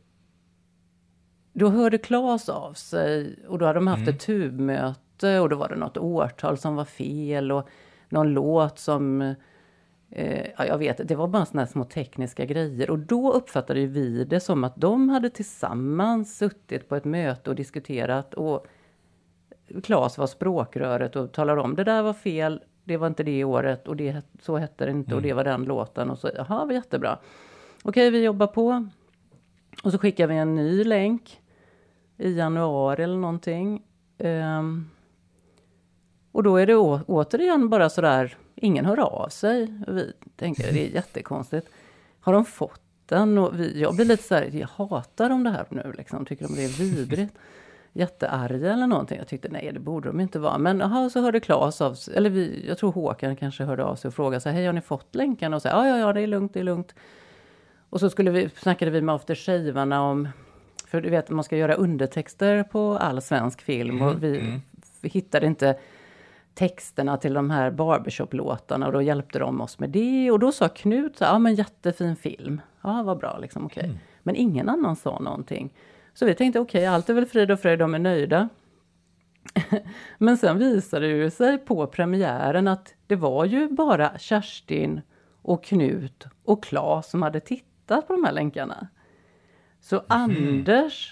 Speaker 2: då hörde Claes av sig. Och då hade de haft mm. ett tubmöte. Och då var det något årtal som var fel. Och någon låt som... Eh, ja, jag vet, det var bara såna här små tekniska grejer. Och då uppfattade ju vi det som att de hade tillsammans suttit på ett möte och diskuterat. Och Claes var språkröret och talade om, det där var fel, det var inte det året. Och det, så hette det inte, mm. och det var den låten. Och så, jaha, var jättebra. Okej, vi jobbar på. Och så skickar vi en ny länk i januari eller någonting. Um, och då är det å- återigen bara sådär... Ingen hör av sig. Vi tänker det är jättekonstigt. Har de fått den? Och vi, jag blir lite så här, jag hatar dem det här nu. Liksom. Tycker de det är vidrigt. jättearga eller någonting. Jag tyckte nej, det borde de inte vara. Men aha, så hörde Claes av sig, eller vi, jag tror Håkan kanske hörde av sig och frågade så här, hej, har ni fått länkarna? Och så ja, ja, ja, det är lugnt, det är lugnt. Och så skulle vi, snackade vi med aftershavarna om, för du vet, man ska göra undertexter på all svensk film. Mm, och vi, mm. vi hittade inte texterna till de här barbershop-låtarna. Och då hjälpte de oss med det. Och då sa Knut, ja men jättefin film. Ja, vad bra liksom, okej. Okay. Mm. Men ingen annan sa någonting. Så vi tänkte, okej, okay, allt är väl frid och fröjd, de är nöjda. Men sen visade det ju sig på premiären att det var ju bara Kerstin och Knut och Claes som hade tittat på de här länkarna. Så mm. Anders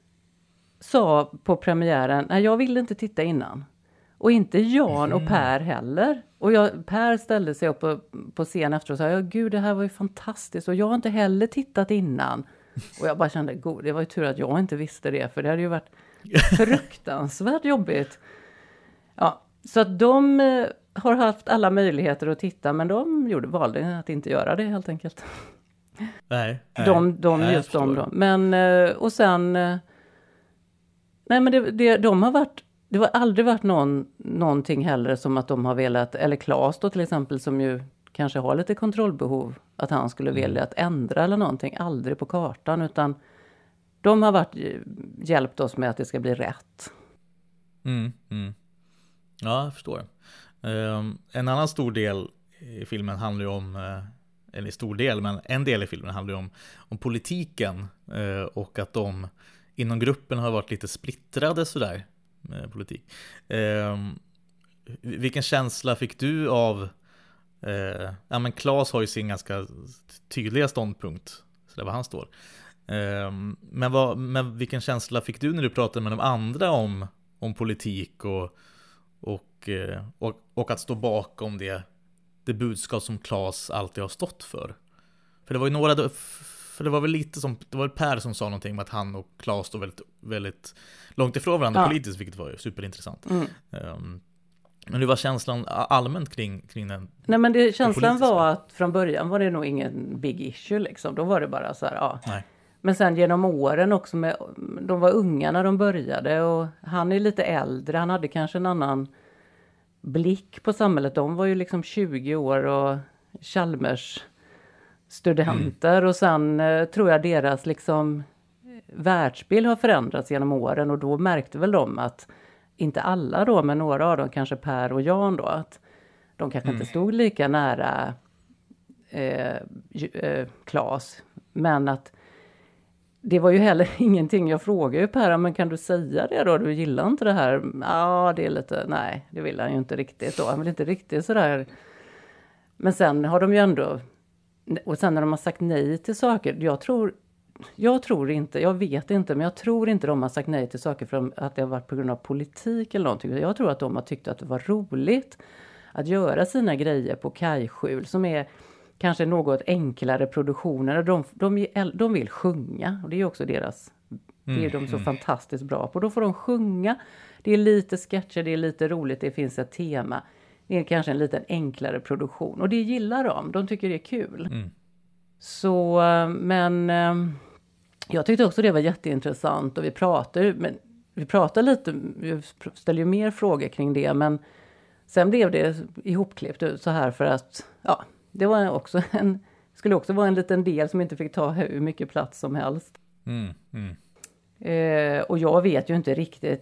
Speaker 2: sa på premiären, nej jag ville inte titta innan. Och inte Jan och Per heller. Och jag, Per ställde sig upp på, på scen efter och sa, ja gud det här var ju fantastiskt. Och jag har inte heller tittat innan. Och jag bara kände, god, det var ju tur att jag inte visste det. För det hade ju varit fruktansvärt jobbigt. Ja, så att de eh, har haft alla möjligheter att titta. Men de gjorde, valde att inte göra det helt enkelt.
Speaker 1: Nej, nej.
Speaker 2: De, de
Speaker 1: nej,
Speaker 2: just de då. Men, eh, och sen... Eh, nej men det, det, de har varit... Det har aldrig varit någon, någonting heller som att de har velat, eller Claes då till exempel som ju kanske har lite kontrollbehov, att han skulle mm. vilja att ändra eller någonting, aldrig på kartan, utan de har varit, hjälpt oss med att det ska bli rätt.
Speaker 1: Mm, mm. Ja, jag förstår. Um, en annan stor del i filmen handlar ju om, uh, eller stor del, men en del i filmen handlar ju om, om politiken uh, och att de inom gruppen har varit lite splittrade sådär. Politik. Eh, vilken känsla fick du av eh, ja men Claes har ju sin ganska tydliga ståndpunkt, så det var han står. Eh, men, vad, men vilken känsla fick du när du pratade med de andra om, om politik och, och, och, och att stå bakom det, det budskap som Claes alltid har stått för? För det var ju några För det var väl lite som, det var Per som sa någonting om att han och Claes stod väldigt, väldigt långt ifrån varandra ja. politiskt, vilket var ju superintressant. Mm. Um, men det var känslan allmänt kring, kring den.
Speaker 2: Nej men det, känslan var att från början var det nog ingen big issue liksom. Då var det bara så här, ja.
Speaker 1: Nej.
Speaker 2: Men sen genom åren också, med, de var unga när de började och han är lite äldre, han hade kanske en annan blick på samhället. De var ju liksom tjugo år och Chalmers studenter mm. och sen eh, tror jag deras liksom världsbild har förändrats genom åren och då märkte väl de att, inte alla då, men några av dem, kanske Per och Jan då, att de kanske mm. inte stod lika nära eh, eh, Claes, men att det var ju heller ingenting. Jag frågade ju Per, men kan du säga det då? Du gillar inte det här? Ja, det är lite, nej, det vill han ju inte riktigt då. Han vill inte riktigt sådär. Men sen har de ju ändå, och sen när de har sagt nej till saker, jag tror, jag tror inte, jag vet inte, men jag tror inte de har sagt nej till saker för att det har varit på grund av politik eller någonting. Jag tror att de har tyckt att det var roligt att göra sina grejer på Kajskjul, som är kanske något enklare produktioner. De, de, de vill sjunga, och det är också deras, det är de så mm. fantastiskt bra på. Då får de sjunga, det är lite sketcher, det är lite roligt, det finns ett tema. Det är kanske en liten enklare produktion, och det gillar de, de tycker det är kul. Mm. Så, men jag tyckte också det var jätteintressant, och vi pratade, men vi pratade lite, vi ställde ju mer frågor kring det, men sen blev det ihopklippt så här för att, ja, det var också en, skulle också vara en liten del som inte fick ta hur mycket plats som helst.
Speaker 1: Mm, mm.
Speaker 2: Eh, och jag vet ju inte riktigt,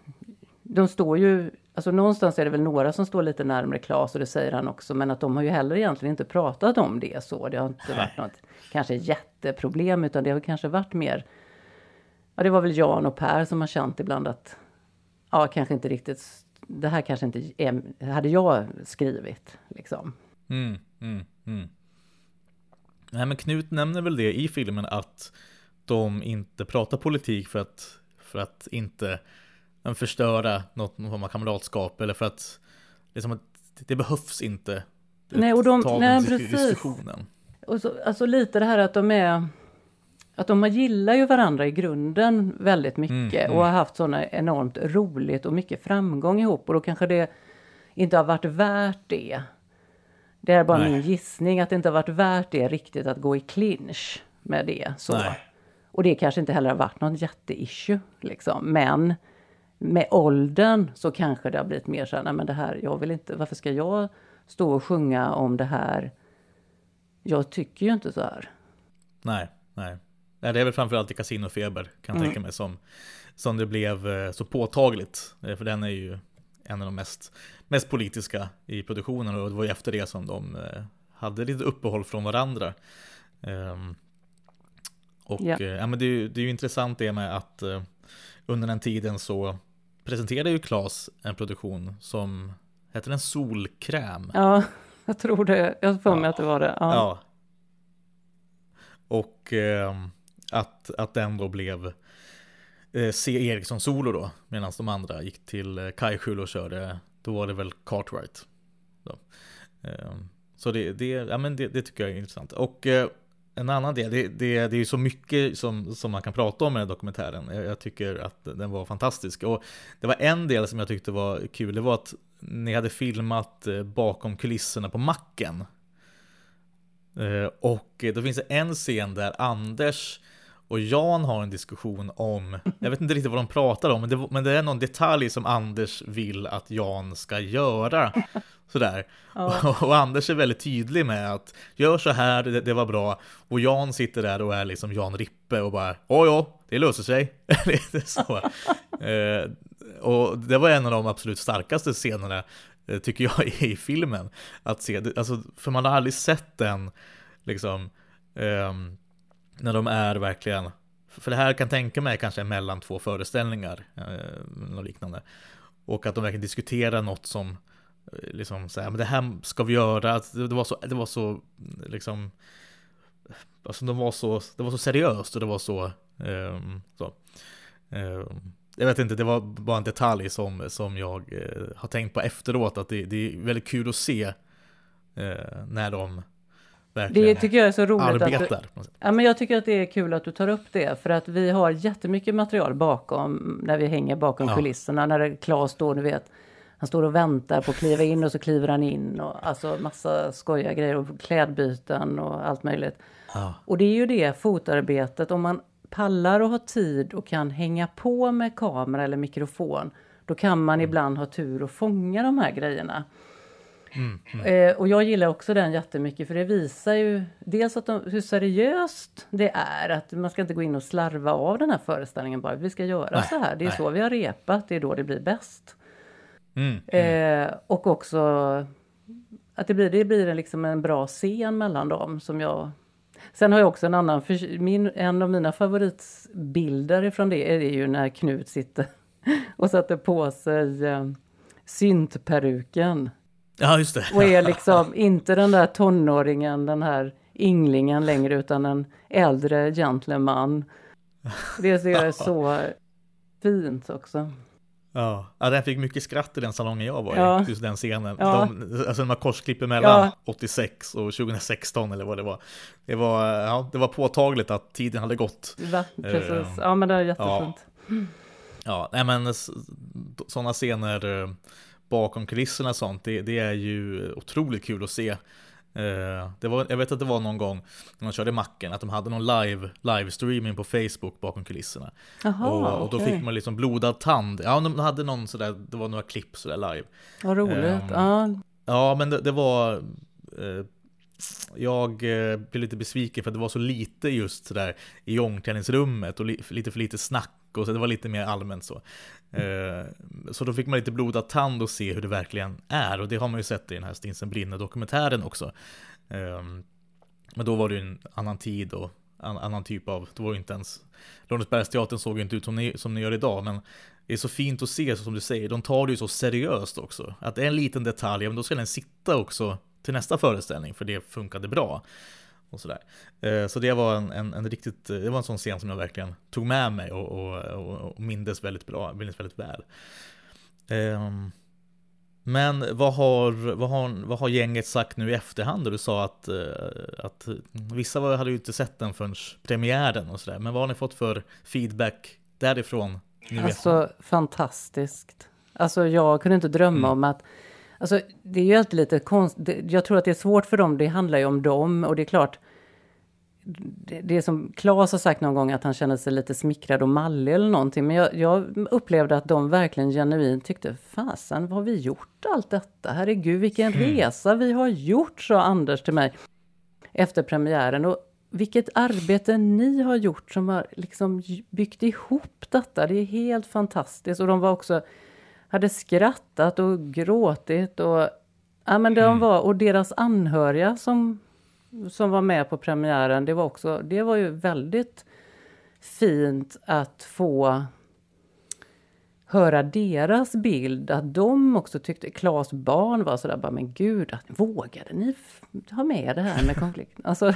Speaker 2: de står ju, alltså någonstans är det väl några som står lite närmare Claes, och det säger han också, men att de har ju heller egentligen inte pratat om det så. Det har inte varit något kanske jätteproblem, utan det har kanske varit mer, ja, det var väl Jan och Per som har känt ibland att, ja, kanske inte riktigt, det här kanske inte är, hade jag skrivit liksom.
Speaker 1: Mm, mm, mm. Nej, men Knut nämner väl det i filmen, att de inte pratar politik för att, för att inte förstöra något, någon form av kamratskap, eller för att liksom, att det behövs inte.
Speaker 2: Nej, och de, nej,
Speaker 1: precis. Diskussionen.
Speaker 2: Och så, alltså lite det här att de är, att de gillar ju varandra i grunden väldigt mycket, mm, mm. och har haft sådana enormt roligt och mycket framgång ihop, och då kanske det inte har varit värt det. Det är bara Nej. min gissning att det inte har varit värt det riktigt att gå i clinch med det. Så. Och det kanske inte heller har varit någon jätteissue liksom. Men med åldern så kanske det har blivit mer så här, nej men det här, jag vill inte, varför ska jag stå och sjunga om det här? Jag tycker ju inte så här.
Speaker 1: Nej, nej. Nej, det är väl framförallt i Casinofeber kan jag mm. tänka mig som, som det blev så påtagligt. För den är ju en av de mest, mest politiska i produktionen, och det var ju efter det som de hade lite uppehåll från varandra. Um, och ja. Ja, men det, är, det är ju intressant det med att uh, under den tiden så presenterade ju Claes en produktion som heter en solkräm.
Speaker 2: Ja, jag tror det. Jag får mig ja. att det var det. Ja.
Speaker 1: ja. Och uh, att, att den då blev uh, C. Eriksson solo då, medan de andra gick till uh, Kajskjul och körde, då var det väl Cartwright. Då. Uh, så det, det, ja, men det, det tycker jag är intressant. Och uh, en annan del, det, det, det är ju så mycket som, som man kan prata om i den här dokumentären. Jag, jag tycker att den var fantastisk. Och det var en del som jag tyckte var kul. Det var att ni hade filmat bakom kulisserna på macken. Och då finns det en scen där Anders och Jan har en diskussion om, jag vet inte riktigt vad de pratar om, men det, men det är någon detalj som Anders vill att Jan ska göra. Sådär. Ja. Och, och Anders är väldigt tydlig med att gör så här, det, det var bra. Och Jan sitter där och är liksom Jan Rippe och bara, åh ja, det löser sig. så. eh, och det var en av de absolut starkaste scenerna, eh, tycker jag, i filmen. Att se, alltså, för man har aldrig sett den liksom, eh, när de är verkligen, för det här kan tänka mig kanske mellan två föreställningar eh, och liknande. Och att de verkligen diskuterar något som liksom så här, men det här ska vi göra. Det var så, det var så liksom, alltså de var så, det var så seriöst och det var så, um, så um, jag vet inte, det var bara en detalj som, som jag uh, har tänkt på efteråt, att det, det är väldigt kul att se uh, när de verkligen
Speaker 2: det tycker jag är så roligt
Speaker 1: arbetar.
Speaker 2: Att du, ja, men jag tycker att det är kul att du tar upp det, för att vi har jättemycket material bakom, när vi hänger bakom ja. kulisserna, när det Claes står, du vet, han står och väntar på att kliva in och så kliver han in. Och alltså massa skojiga grejer och klädbyten och allt möjligt. Ja. Och det är ju det fotarbetet. Om man pallar och har tid och kan hänga på med kamera eller mikrofon, då kan man mm. ibland ha tur och fånga de här grejerna. Mm, mm. Eh, och jag gillar också den jättemycket, för det visar ju dels att de, hur seriöst det är. Att man ska inte gå in och slarva av den här föreställningen bara. Vi ska göra nej, så här. Det är nej. så vi har repat. Det är då det blir bäst. Mm, mm. Eh, och också att det blir, det blir en, liksom en bra scen mellan dem som jag. Sen har jag också en annan, för min, en av mina favoritbilder från det är det ju när Knut sitter och sätter på sig eh, syntperuken.
Speaker 1: Ja, just det.
Speaker 2: Och är liksom inte den där tonåringen, den här ynglingen längre, utan en äldre gentleman. Det ser jag så fint också.
Speaker 1: Ja, ja, den fick mycket skratt i den salongen jag var
Speaker 2: ja.
Speaker 1: i, just den scenen.
Speaker 2: Ja.
Speaker 1: De, alltså när man korsklipper mellan
Speaker 2: ja.
Speaker 1: åttiosex och tjugohundrasexton eller vad det var. Det var, ja, det var påtagligt att tiden hade gått.
Speaker 2: Va? Precis, ja, men det är jättefint.
Speaker 1: Ja, ja, nej, men sådana scener bakom kulisserna och sånt, det, det är ju otroligt kul att se. Det var, jag vet att det var någon gång när man körde macken att de hade någon live livestreaming på Facebook bakom kulisserna.
Speaker 2: Aha,
Speaker 1: och, och då
Speaker 2: okay.
Speaker 1: fick man liksom blodad tand. Ja, de hade någon sådär, det var några klipp sådär live.
Speaker 2: Vad roligt. Um, ja.
Speaker 1: ja, men det, det var eh, jag eh, blev lite besviken för att det var så lite just sådär i omklädningsrummet och li, lite för lite snack, och så det var lite mer allmänt så. Eh, så då fick man lite blodad tand och se hur det verkligen är, och det har man ju sett i den här Stinsen brinner dokumentären också. Eh, men då var det ju en annan tid och en annan typ av, då var ju inte ens Lorensbergsteatern såg ju inte ut som ni, som ni gör idag, men det är så fint att se, så som du säger, de tar det ju så seriöst också, att det är en liten detalj, men då ska den sitta också till nästa föreställning, för det funkade bra och sådär. Så det var en, en, en riktigt, det var en sån scen som jag verkligen tog med mig och, och, och, och mindes väldigt bra, mindes väldigt väl. Um, men vad har, vad, har, vad har gänget sagt nu i efterhand? Du sa att, att vissa hade ju inte sett den förrän premiären och sådär, men vad har ni fått för feedback därifrån?
Speaker 2: Alltså fantastiskt. Alltså jag kunde inte drömma mm. om att, alltså det är ju alltid lite konstigt, jag tror att det är svårt för dem, det handlar ju om dem, och det är klart det, det som Claes har sagt någon gång, att han känner sig lite smickrad och mallig eller någonting. Men jag, jag upplevde att de verkligen genuint tyckte, fasen, vad har vi gjort allt detta? Herregud, vilken mm. resa vi har gjort, sa Anders till mig efter premiären. Och vilket arbete ni har gjort som har liksom byggt ihop detta. Det är helt fantastiskt. Och de var också, hade skrattat och gråtit. Och, ja, men de mm. var, och deras anhöriga som, som var med på premiären. Det var, också, det var ju väldigt fint att få höra deras bild. Att de också tyckte, Claes barn var sådär, bara, men gud, att, vågade ni f- ha med det här med konflikt? Alltså...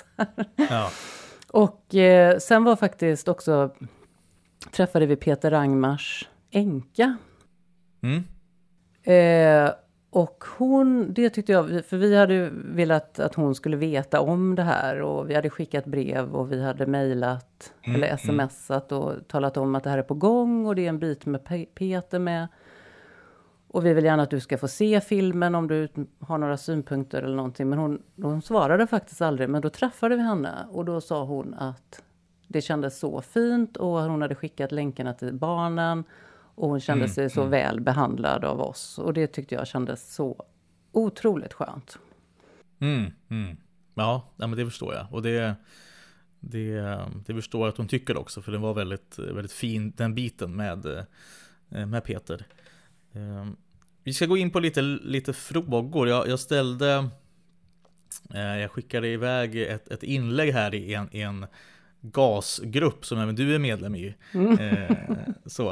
Speaker 2: Ja. Och eh, sen var faktiskt också, träffade vi Peter Rangmars änka. Mm. Eh, och hon, det tyckte jag, för vi hade velat att hon skulle veta om det här. Och vi hade skickat brev och vi hade mejlat mm. eller smsat och talat om att det här är på gång. Och det är en bit med P- Peter med. Och vi vill gärna att du ska få se filmen om du har några synpunkter eller någonting. Men hon, hon svarade faktiskt aldrig. Men då träffade vi henne. Och då sa hon att det kändes så fint. Och hon hade skickat länkarna till barnen. Och hon kände mm, sig så mm. väl behandlad av oss. Och det tyckte jag kändes så otroligt skönt.
Speaker 1: Mm, mm. Ja, men det förstår jag. Och det, det, det förstår jag att hon tycker också. För det var väldigt, väldigt fin, den biten med, med Peter. Um, vi ska gå in på lite, lite frågor. Jag, jag ställde uh, jag skickade iväg ett, ett inlägg här i en, i en gasgrupp som även du är medlem i. Mm. Uh, så.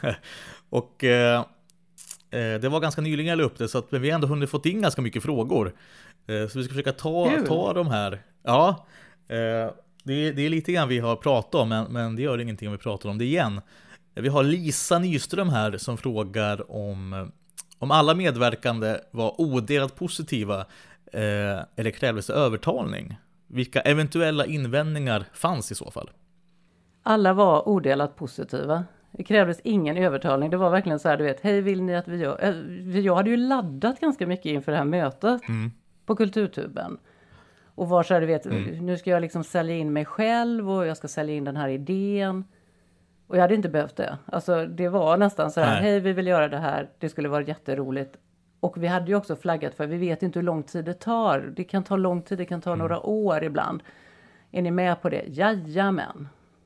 Speaker 1: Och uh, uh, det var ganska nyligen jag la upp det, så att vi har ändå hunnit fått in ganska mycket frågor. Uh, så vi ska försöka ta, ta de här. Ja, uh, det, är, det är lite grann vi har pratat om, men, men det gör ingenting om vi pratar om det igen. Vi har Lisa Nyström här som frågar om, om alla medverkande var odelat positiva eh, eller krävdes övertalning. Vilka eventuella invändningar fanns i så fall?
Speaker 2: Alla var odelat positiva. Det krävdes ingen övertalning. Det var verkligen så här, du vet, hej, vill ni att vi gör... Jag hade ju laddat ganska mycket inför det här mötet mm. på Kulturtuben. Och var så här, du vet, mm. nu ska jag liksom sälja in mig själv och jag ska sälja in den här idén. Och jag hade inte behövt det. Alltså det var nästan så här, nej. Hej, vi vill göra det här. Det skulle vara jätteroligt. Och vi hade ju också flaggat för, vi vet inte hur lång tid det tar. Det kan ta lång tid, det kan ta mm. några år ibland. Är ni med på det? Jajamän.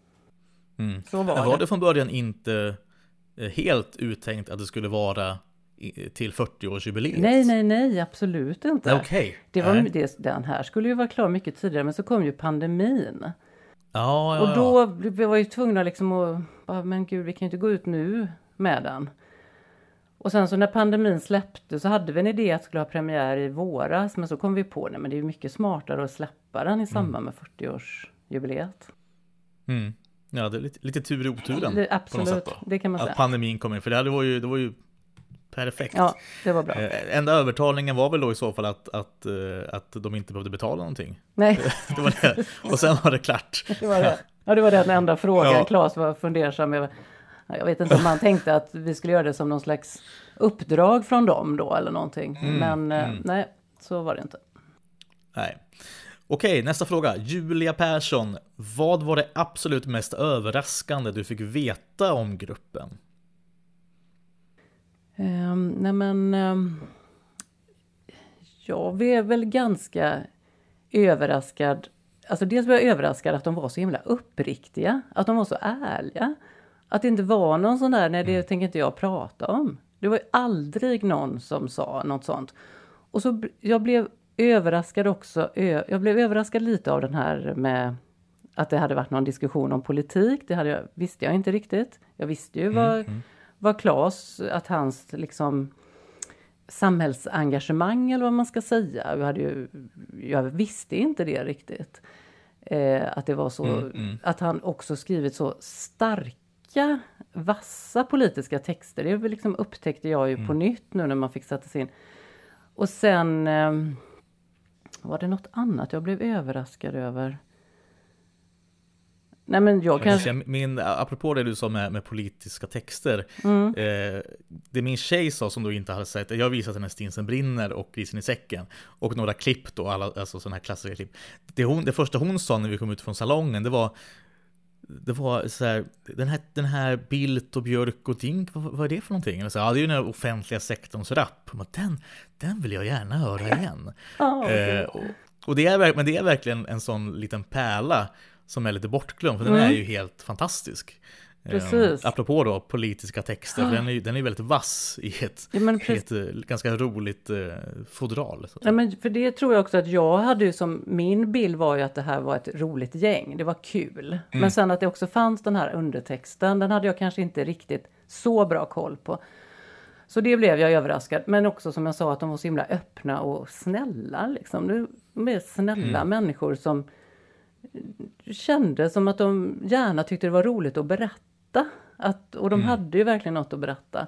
Speaker 1: Mm. Så var, var det. det från början inte helt uttänkt att det skulle vara till fyrtio-årsjubileet?
Speaker 2: Nej, nej, nej, absolut inte.
Speaker 1: Okay.
Speaker 2: Det var, det, den här skulle ju vara klar mycket tidigare, men så kom ju pandemin.
Speaker 1: Ja, ja,
Speaker 2: och då ja. Vi var ju tvungna liksom att, bara, men gud, vi kan ju inte gå ut nu med den. Och sen så när pandemin släppte så hade vi en idé att vi skulle ha premiär i våras, men så kom vi på, nej men det är ju mycket smartare att släppa den i samband mm. med fyrtio-årsjubileet.
Speaker 1: Mm. Ja, det är lite, lite tur i oturen.
Speaker 2: Det, absolut, på något sätt
Speaker 1: det
Speaker 2: kan man säga.
Speaker 1: Att pandemin kom in, för det, här, det, var ju, det var ju perfekt.
Speaker 2: Ja, det var bra.
Speaker 1: Eh, enda övertalningen var väl då i så fall att, att, att de inte behövde betala någonting.
Speaker 2: Nej.
Speaker 1: Det var det. Och sen var det klart.
Speaker 2: Det var det. Ja, det var den enda frågan. Ja. Claes var fundersam över. Jag vet inte om man tänkte att vi skulle göra det som någon slags uppdrag från dem då eller någonting. Mm, Men mm. nej, så var det inte.
Speaker 1: Nej. Okej, nästa fråga. Julia Persson. Vad var det absolut mest överraskande du fick veta om gruppen?
Speaker 2: Um, nej men... Um, jag var väl ganska överraskad. Alltså dels var jag överraskad att de var så himla uppriktiga. Att de var så ärliga. Att det inte var någon sån där, nej det tänker inte jag prata om. Det var ju aldrig någon som sa något sånt. Och så jag blev överraskad också. Jag blev överraskad lite av den här med att det hade varit någon diskussion om politik. Det hade jag, visste jag inte riktigt. Jag visste ju vad, mm, mm. vad Claes, att hans liksom samhällsengagemang eller vad man ska säga. Jag, hade ju, jag visste inte det riktigt. Eh, att det var så, mm, mm. att han också skrivit så starka, vassa politiska texter. Det liksom upptäckte jag ju mm. på nytt nu när man fick sätta sig in. Och sen eh, var det något annat jag blev överraskad över. Nej, men jag kan...
Speaker 1: Säga, min, apropå det du sa med, med politiska texter, mm. eh, det min tjej sa som då inte hade sett, jag har visat henne Stinsen brinner och Grisen i säcken och några klipp då, alla, alltså sådana här klassiska klipp. Det, hon, det första hon sa när vi kom ut från salongen, det var det var så här, den här, den här Bildt och Björk och Dink, vad, vad är det för någonting? Så, ja, det är ju den offentliga sektorns rap. Men den, den vill jag gärna höra igen. oh, okay. eh, och, och det är, men det är verkligen en sån liten pärla som är lite bortglömd, för mm. den är ju helt fantastisk.
Speaker 2: Precis.
Speaker 1: Um, apropå då politiska texter, för den är ju den är väldigt vass i ett, ja, men precis. ett ganska roligt uh, fodral. Så att
Speaker 2: ja, men för det tror jag också att jag hade ju som, min bild var ju att det här var ett roligt gäng, det var kul. Mm. Men sen att det också fanns den här undertexten, den hade jag kanske inte riktigt så bra koll på. Så det blev jag överraskad. Men också som jag sa, att de var så himla öppna och snälla. Liksom. De är snälla mm. människor som kände som att de gärna tyckte det var roligt att berätta. Att, och de mm. hade ju verkligen något att berätta.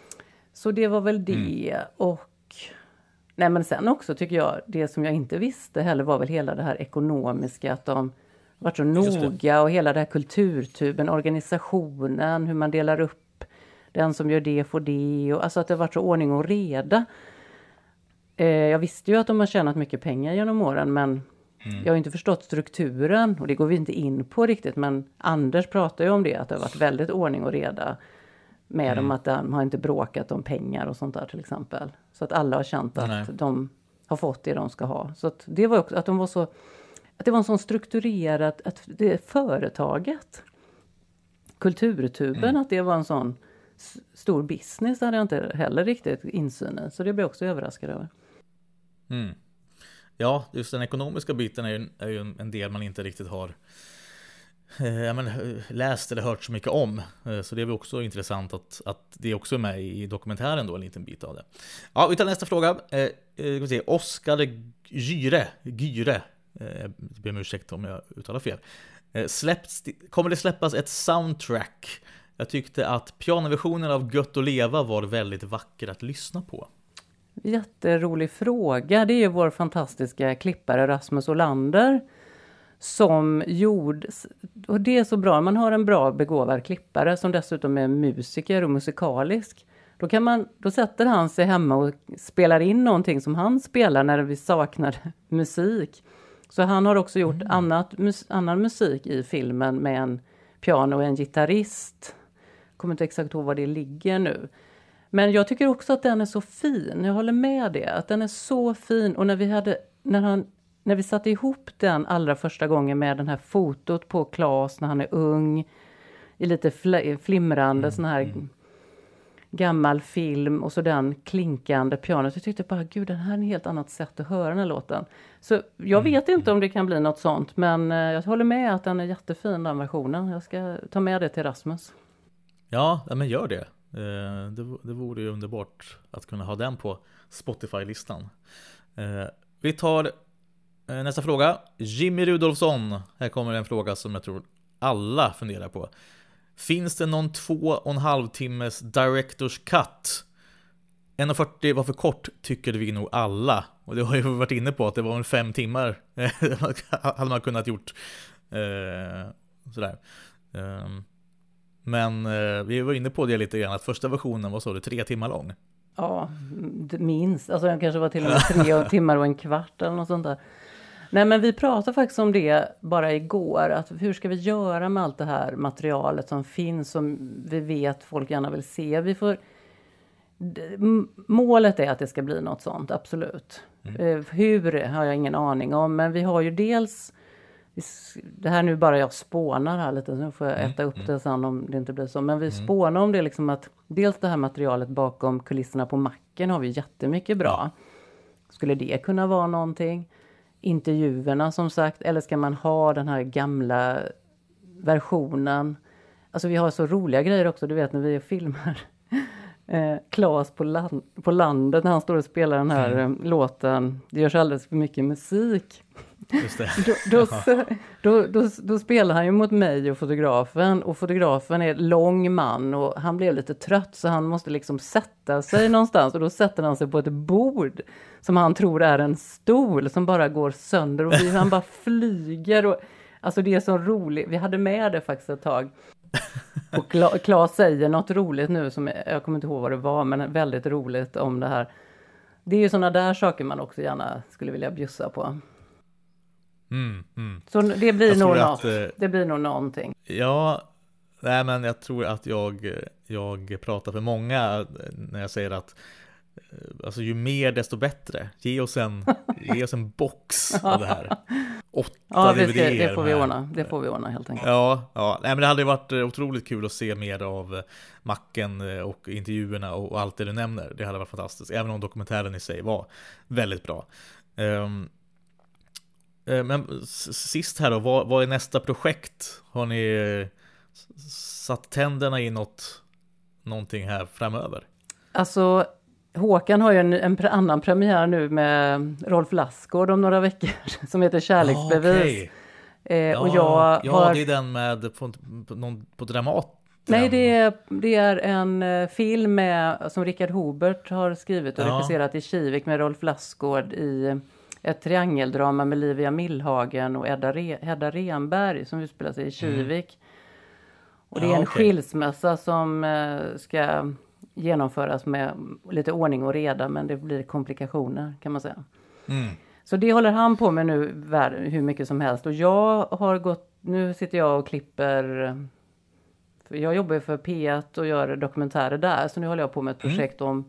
Speaker 2: Så det var väl det. Mm. Och nej, men sen också tycker jag, det som jag inte visste heller var väl hela det här ekonomiska. Att de var så noga och hela det här kulturtuben, organisationen, hur man delar upp. Den som gör det får det. Och, alltså att det var så ordning och reda. Eh, jag visste ju att de har tjänat mycket pengar genom åren, men mm. jag har inte förstått strukturen, och det går vi inte in på riktigt, men Anders pratar ju om det, att det har varit väldigt ordning och reda med mm. dem, att de har inte bråkat om pengar och sånt där till exempel. Så att alla har känt att Nej. de har fått det de ska ha. Så att det var också, att de var så, att det var en sån strukturerat, att det företaget, kulturtuben, mm. att det var en sån stor business, det hade jag inte heller riktigt insyn i. Så det blev jag också överraskad över.
Speaker 1: Mm. Ja, just den ekonomiska biten är ju, är ju en del man inte riktigt har eh, ja, men, läst eller hört så mycket om. Eh, så det är väl också intressant att, att det också är med i dokumentären då, en liten bit av det. Ja, vi tar nästa fråga. Eh, vi se. Oskar Gyre, Gyre, eh, jag ber om ursäkt om jag uttalar fel. Eh, släpps, kommer det släppas ett soundtrack? Jag tyckte att pianoversionen av Gött att leva var väldigt vacker att lyssna på.
Speaker 2: Jätterolig fråga. Det är ju vår fantastiska klippare Rasmus Olander som gjorde, och det är så bra, man har en bra begåvad klippare som dessutom är musiker och musikalisk. Då kan man, då sätter han sig hemma och spelar in någonting som han spelar när vi saknar musik. Så han har också gjort mm. annat, mus, annan musik i filmen med en piano och en gitarrist. Jag kommer inte exakt ihåg var det ligger nu. Men jag tycker också att den är så fin. Jag håller med det. Att den är så fin. Och när vi hade, när han, när vi satte ihop den allra första gången med den här fotot på Claes när han är ung. I lite fl- flimrande mm. sån här mm. gammal film. Och så den klinkande pianot. Jag tyckte bara, gud, den här är en helt annat sätt att höra den här låten. Så jag vet mm. inte om det kan bli något sånt. Men jag håller med att den är jättefin, den versionen. Jag ska ta med det till Rasmus.
Speaker 1: Ja, men gör det. Det, det vore ju underbart att kunna ha den på Spotify-listan. Vi tar nästa fråga. Jimmy Rudolfsson. Här kommer en fråga som jag tror alla funderar på. Finns det någon två och en halv timmes director's cut? en fyrtio var för kort, tycker vi nog alla. Och det har ju varit inne på att det var en fem timmar hade man kunnat gjort eh, sådär. Um, Men eh, vi var inne på det lite grann, att första versionen var så det tre timmar lång.
Speaker 2: Ja, minst. Alltså den kanske var till och med tre timmar och en kvart eller något sånt där. Nej, men vi pratade faktiskt om det bara igår. Att hur ska vi göra med allt det här materialet som finns, som vi vet folk gärna vill se. Vi får... Målet är att det ska bli något sånt, absolut. Mm. Hur har jag ingen aning om. Men vi har ju dels... Det här nu bara jag spånar här lite, så nu får jag äta upp det sen om det inte blir så. Men vi mm. spånar om det liksom, att dels det här materialet bakom kulisserna på Macken har vi jättemycket bra. Skulle det kunna vara någonting? Intervjuerna som sagt, eller ska man ha den här gamla versionen? Alltså vi har så roliga grejer också, du vet när vi filmar eh, Claes på, land, på landet när han står och spelar den här mm. eh, låten. Det görs alldeles för mycket musik. Just det. då, då, då, då, då spelar han ju mot mig och fotografen, och fotografen är lång man och han blev lite trött så han måste liksom sätta sig någonstans, och då sätter han sig på ett bord som han tror är en stol som bara går sönder och han bara flyger och Alltså det är så roligt. Vi hade med det faktiskt ett tag. Och Kla- Claes säger något roligt nu som jag, jag kommer inte ihåg vad det var, men väldigt roligt om det här. Det är ju sådana där saker man också gärna skulle vilja bjussa på.
Speaker 1: Mm, mm.
Speaker 2: Så det blir nog något.
Speaker 1: Att,
Speaker 2: det blir nog någonting.
Speaker 1: Ja, nej, men jag tror att jag, jag pratar för många när jag säger att alltså, ju mer desto bättre. Ge oss en, ge oss en box av det här. Åtta
Speaker 2: ja,
Speaker 1: D V D-er.
Speaker 2: Det får vi ordna. Det får vi ordna helt enkelt.
Speaker 1: Ja, ja. Nej, men det hade varit otroligt kul att se mer av Macken och intervjuerna och allt det du nämner. Det hade varit fantastiskt. Även om dokumentären i sig var väldigt bra. Um, men sist här då, vad, vad är nästa projekt? Har ni satt tänderna i något, någonting här framöver?
Speaker 2: Alltså, Håkan har ju en, en annan premiär nu med Rolf Lassgård om några veckor som heter Kärleksbevis.
Speaker 1: Ah, okay.
Speaker 2: eh, och
Speaker 1: ja,
Speaker 2: jag har...
Speaker 1: ja, det är den med på, på, någon, på Dramat.
Speaker 2: Nej, det är, det är en uh, film med, som Richard Hobert har skrivit och ja. regisserat i Kivik med Rolf Lassgård i ett triangeldrama med Livia Millhagen och Edda, Re, Hedda Renberg som utspelar sig i Kivik. Mm. Och det är ja, en okay. skilsmässa som uh, ska genomföras med lite ordning och reda, men det blir komplikationer kan man säga. Mm. Så det håller han på med nu hur mycket som helst. Och jag har gått, nu sitter jag och klipper, jag jobbar för P ett och gör dokumentärer där, så nu håller jag på med ett projekt mm. om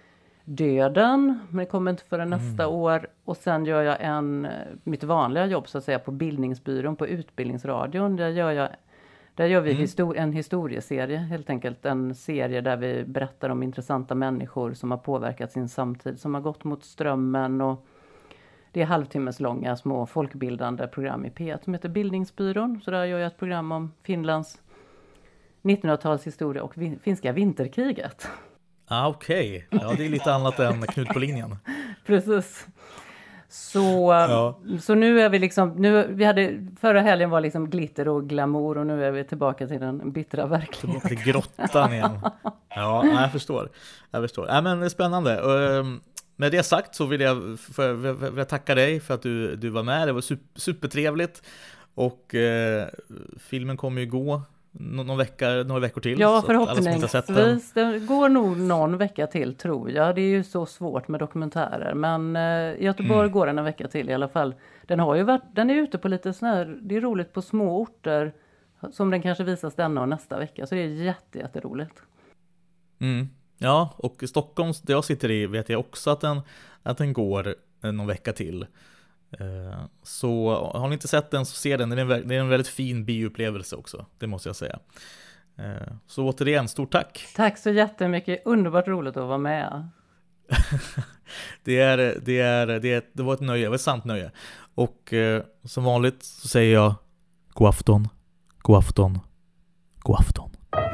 Speaker 2: döden, men det kommer inte förrän mm. nästa år. Och sen gör jag en, mitt vanliga jobb så att säga på Bildningsbyrån, på Utbildningsradion, där gör jag Där gör vi mm. histor- en historieserie, helt enkelt. En serie där vi berättar om intressanta människor som har påverkat sin samtid, som har gått mot strömmen. Och det är halvtimmeslånga små folkbildande program i P ett som heter Bildningsbyrån. Så där gör jag ett program om Finlands nittonhundratalshistoria och vin- finska vinterkriget.
Speaker 1: Ah, okej. Okay. Ja, det är lite annat än Knut på linjen.
Speaker 2: Precis. Så, ja. så nu är vi liksom, nu, vi hade, förra helgen var liksom glitter och glamour och nu är vi tillbaka till den bittra verkligheten.
Speaker 1: Till grottan igen. Ja, jag förstår. Jag förstår. Ja, men det är spännande. Och, med det sagt så vill jag, för, vill jag tacka dig för att du, du var med. Det var super, supertrevligt. Och eh, filmen kommer ju gå någon vecka, några veckor till.
Speaker 2: Ja, förhoppningsvis. Det går nog någon vecka till, tror jag. Det är ju så svårt med dokumentärer. Men eh, i Göteborg mm. går den en vecka till i alla fall. Den har ju varit, den är ute på lite sån här, det är roligt på små orter som den kanske visas denna och nästa vecka. Så det är jätte, jätteroligt.
Speaker 1: Mm. Ja, och Stockholm, där jag sitter i, vet jag också att den, att den går någon vecka till. Så har ni inte sett den så se den. Det är en, det är en väldigt fin bioupplevelse också, det måste jag säga. Så återigen, stort tack.
Speaker 2: Tack så jättemycket, underbart roligt att vara med.
Speaker 1: det, är, det, är, det, är, det var ett nöje, det var ett sant nöje. Och eh, som vanligt så säger jag god afton, god afton, god afton.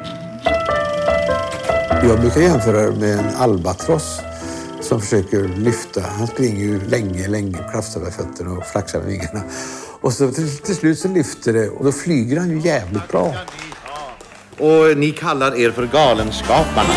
Speaker 3: Jag brukar jämföra med en albatross som försöker lyfta. Han springer ju länge, länge, krafsar med fötterna och flaxar med vingarna. Och så till, till slut så lyfter det och då flyger han ju jävligt bra.
Speaker 4: Och ni kallar er för galenskaparna.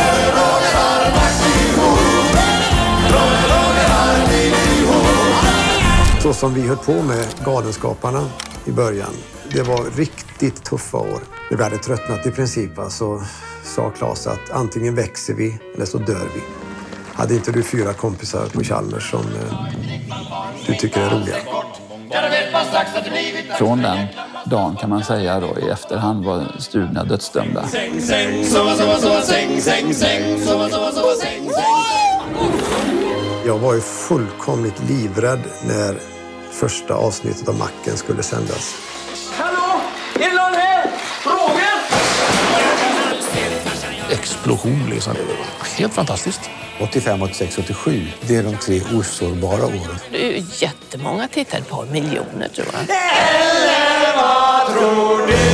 Speaker 3: Så som vi höll på med Galenskaparna i början, det var riktigt tuffa år. När vi hade tröttnat i princip så sa Claes att antingen växer vi eller så dör vi. Hade inte du fyra kompisar på Chalmers som eh, du tycker är roliga?
Speaker 5: Från den dagen kan man säga då i efterhand var studierna dödsdömda.
Speaker 3: Jag var ju fullkomligt livrädd när första avsnittet av Macken skulle sändas.
Speaker 6: Hallå! Är det någon här? Roger!
Speaker 7: Explosion liksom. Helt fantastiskt.
Speaker 3: åttiofem, åttiosex, åttiosju. Det är de tre osårbara åren.
Speaker 8: Det är ju jättemånga tittare, ett par miljoner tror jag.
Speaker 6: Eller vad tror du?